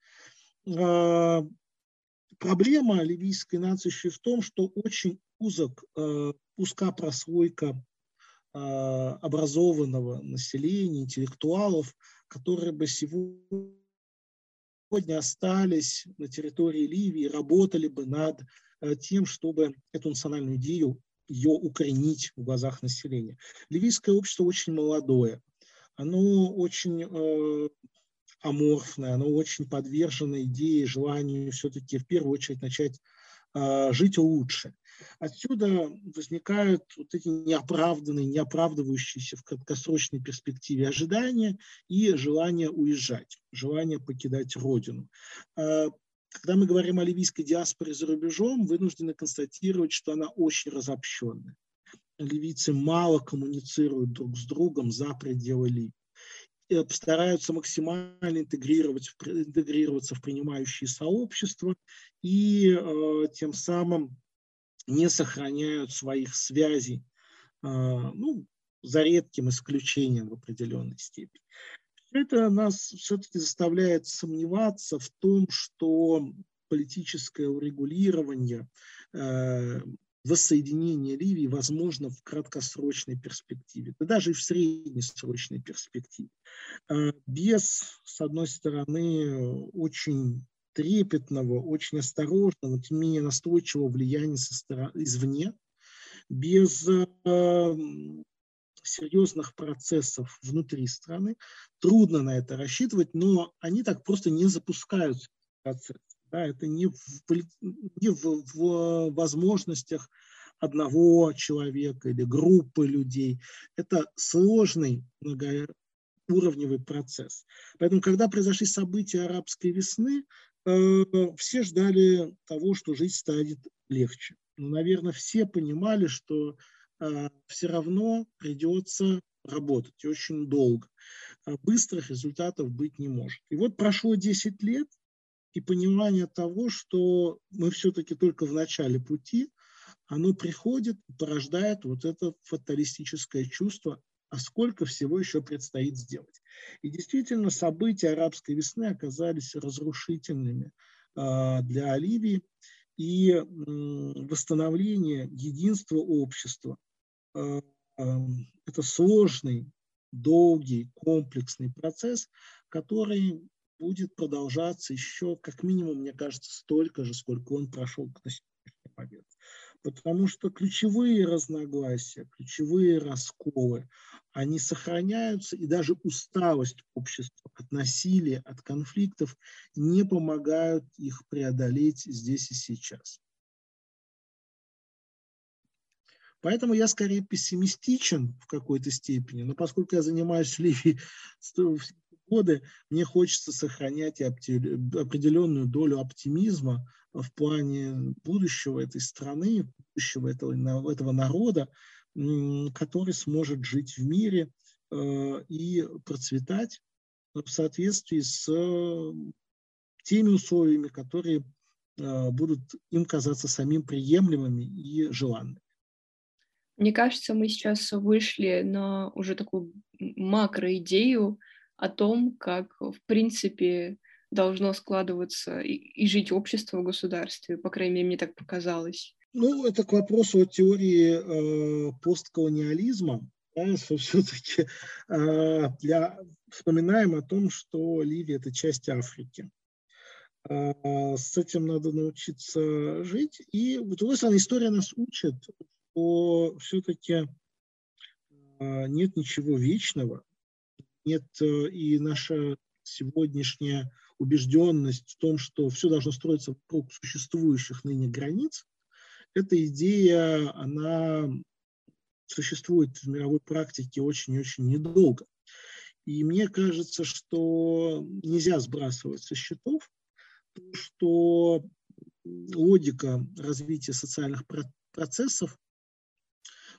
Проблема ливийской нации еще в том, что очень узка прослойка образованного населения, интеллектуалов, которые бы сегодня остались на территории Ливии, работали бы над тем, чтобы эту национальную идею ее укоренить в глазах населения. Ливийское общество очень молодое, оно очень аморфное, оно очень подвержено идее, желанию все-таки в первую очередь начать жить лучше. Отсюда возникают вот эти неоправданные, не оправдывающиеся в краткосрочной перспективе ожидания и желание уезжать, желание покидать родину. Когда мы говорим о ливийской диаспоре за рубежом, вынуждены констатировать, что она очень разобщенная. Ливийцы мало коммуницируют друг с другом за пределы Ливии. Стараются максимально интегрироваться в принимающие сообщества и тем самым не сохраняют своих связей, за редким исключением в определенной степени. Это нас все-таки заставляет сомневаться в том, что политическое урегулирование, воссоединение Ливии возможно в краткосрочной перспективе, да даже и в среднесрочной перспективе. Без, с одной стороны, очень трепетного, очень осторожного, тем не менее настойчивого влияния извне, без серьезных процессов внутри страны. Трудно на это рассчитывать, но они так просто не запускаются. Да, это не в возможностях одного человека или группы людей. Это сложный многоуровневый процесс. Поэтому, когда произошли события арабской весны, все ждали того, что жизнь станет легче. Но, наверное, все понимали, что все равно придется работать и очень долго. Быстрых результатов быть не может. И вот прошло 10 лет, и понимание того, что мы все-таки только в начале пути, оно приходит и порождает вот это фаталистическое чувство, а сколько всего еще предстоит сделать. И действительно, события арабской весны оказались разрушительными для Ливии, и восстановление единства общества – это сложный, долгий, комплексный процесс, который будет продолжаться еще, как минимум, мне кажется, столько же, сколько он прошел к сегодняшней победе. Потому что ключевые разногласия, ключевые расколы, они сохраняются, и даже усталость общества от насилия, от конфликтов не помогают их преодолеть здесь и сейчас. Поэтому я скорее пессимистичен в какой-то степени, но поскольку я занимаюсь Ливией годы, мне хочется сохранять определенную долю оптимизма в плане будущего этой страны, будущего этого народа, который сможет жить в мире и процветать в соответствии с теми условиями, которые будут им казаться самим приемлемыми и желанными. Мне кажется, мы сейчас вышли на уже такую макроидею о том, как, в принципе, должно складываться и жить общество в государстве. По крайней мере, мне так показалось. Ну, это к вопросу о теории постколониализма. Да, что все-таки вспоминаем о том, что Ливия – это часть Африки. С этим надо научиться жить. И, с другой стороны, история нас учит, что все-таки нет ничего вечного, нет и наша сегодняшняя убежденность в том, что все должно строиться вокруг существующих ныне границ, эта идея, она существует в мировой практике очень-очень недолго. И мне кажется, что нельзя сбрасывать со счетов, что логика развития социальных процессов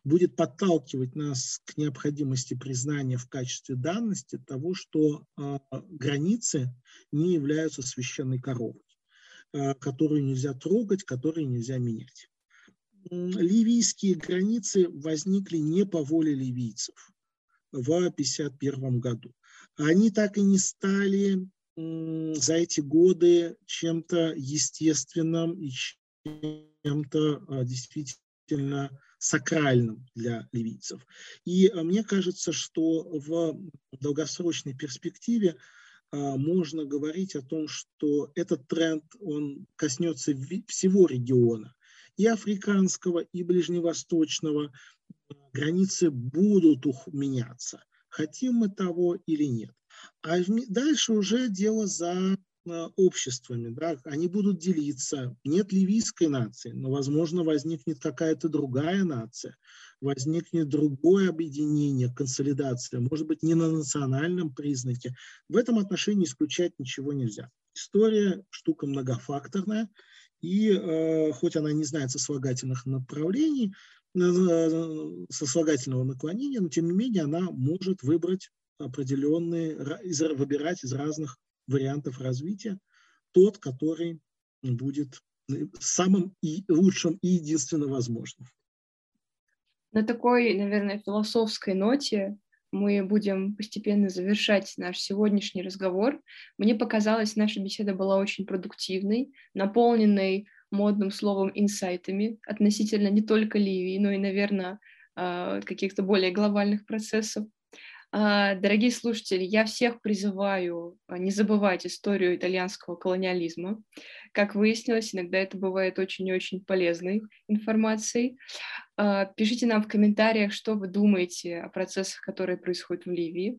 будет подталкивать нас к необходимости признания в качестве данности того, что границы не являются священной коровой, которую нельзя трогать, которую нельзя менять. Ливийские границы возникли не по воле ливийцев в 1951 году. Они так и не стали за эти годы чем-то естественным и чем-то действительно сакральным для ливийцев. И мне кажется, что в долгосрочной перспективе можно говорить о том, что этот тренд, он коснется всего региона, и африканского, и ближневосточного. Границы будут меняться, хотим мы того или нет. А дальше уже дело за обществами. Да? Они будут делиться. Нет ливийской нации, но, возможно, возникнет какая-то другая нация, возникнет другое объединение, консолидация, может быть, не на национальном признаке. В этом отношении исключать ничего нельзя. История – штука многофакторная, и хоть она не знает сослагательных направлений, сослагательного наклонения, но тем не менее она может выбрать выбирать из разных вариантов развития тот, который будет самым лучшим и единственно возможным. На такой, наверное, философской ноте мы будем постепенно завершать наш сегодняшний разговор. Мне показалось, наша беседа была очень продуктивной, наполненной модным словом инсайтами относительно не только Ливии, но и, наверное, каких-то более глобальных процессов. Дорогие слушатели, я всех призываю не забывать историю итальянского колониализма. Как выяснилось, иногда это бывает очень и очень полезной информацией. Пишите нам в комментариях, что вы думаете о процессах, которые происходят в Ливии.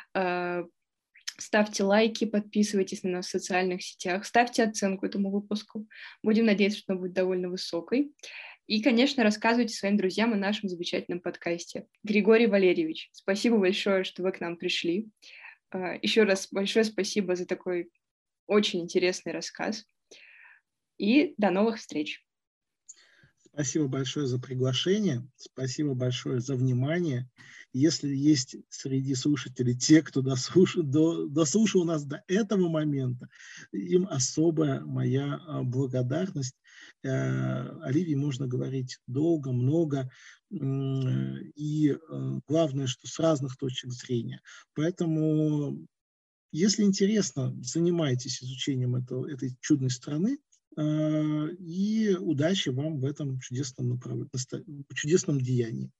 Ставьте лайки, подписывайтесь на нас в социальных сетях, ставьте оценку этому выпуску. Будем надеяться, что она будет довольно высокой. И, конечно, рассказывайте своим друзьям о нашем замечательном подкасте. Григорий Валерьевич, спасибо большое, что вы к нам пришли. Еще раз большое спасибо за такой очень интересный рассказ. И до новых встреч. Спасибо большое за приглашение, спасибо большое за внимание. Если есть среди слушателей те, кто дослушал нас до этого момента, им особая моя благодарность. О Ливии можно говорить долго, много, и главное, что с разных точек зрения. Поэтому, если интересно, занимайтесь изучением этой чудной страны, и удачи вам в этом чудесном деянии.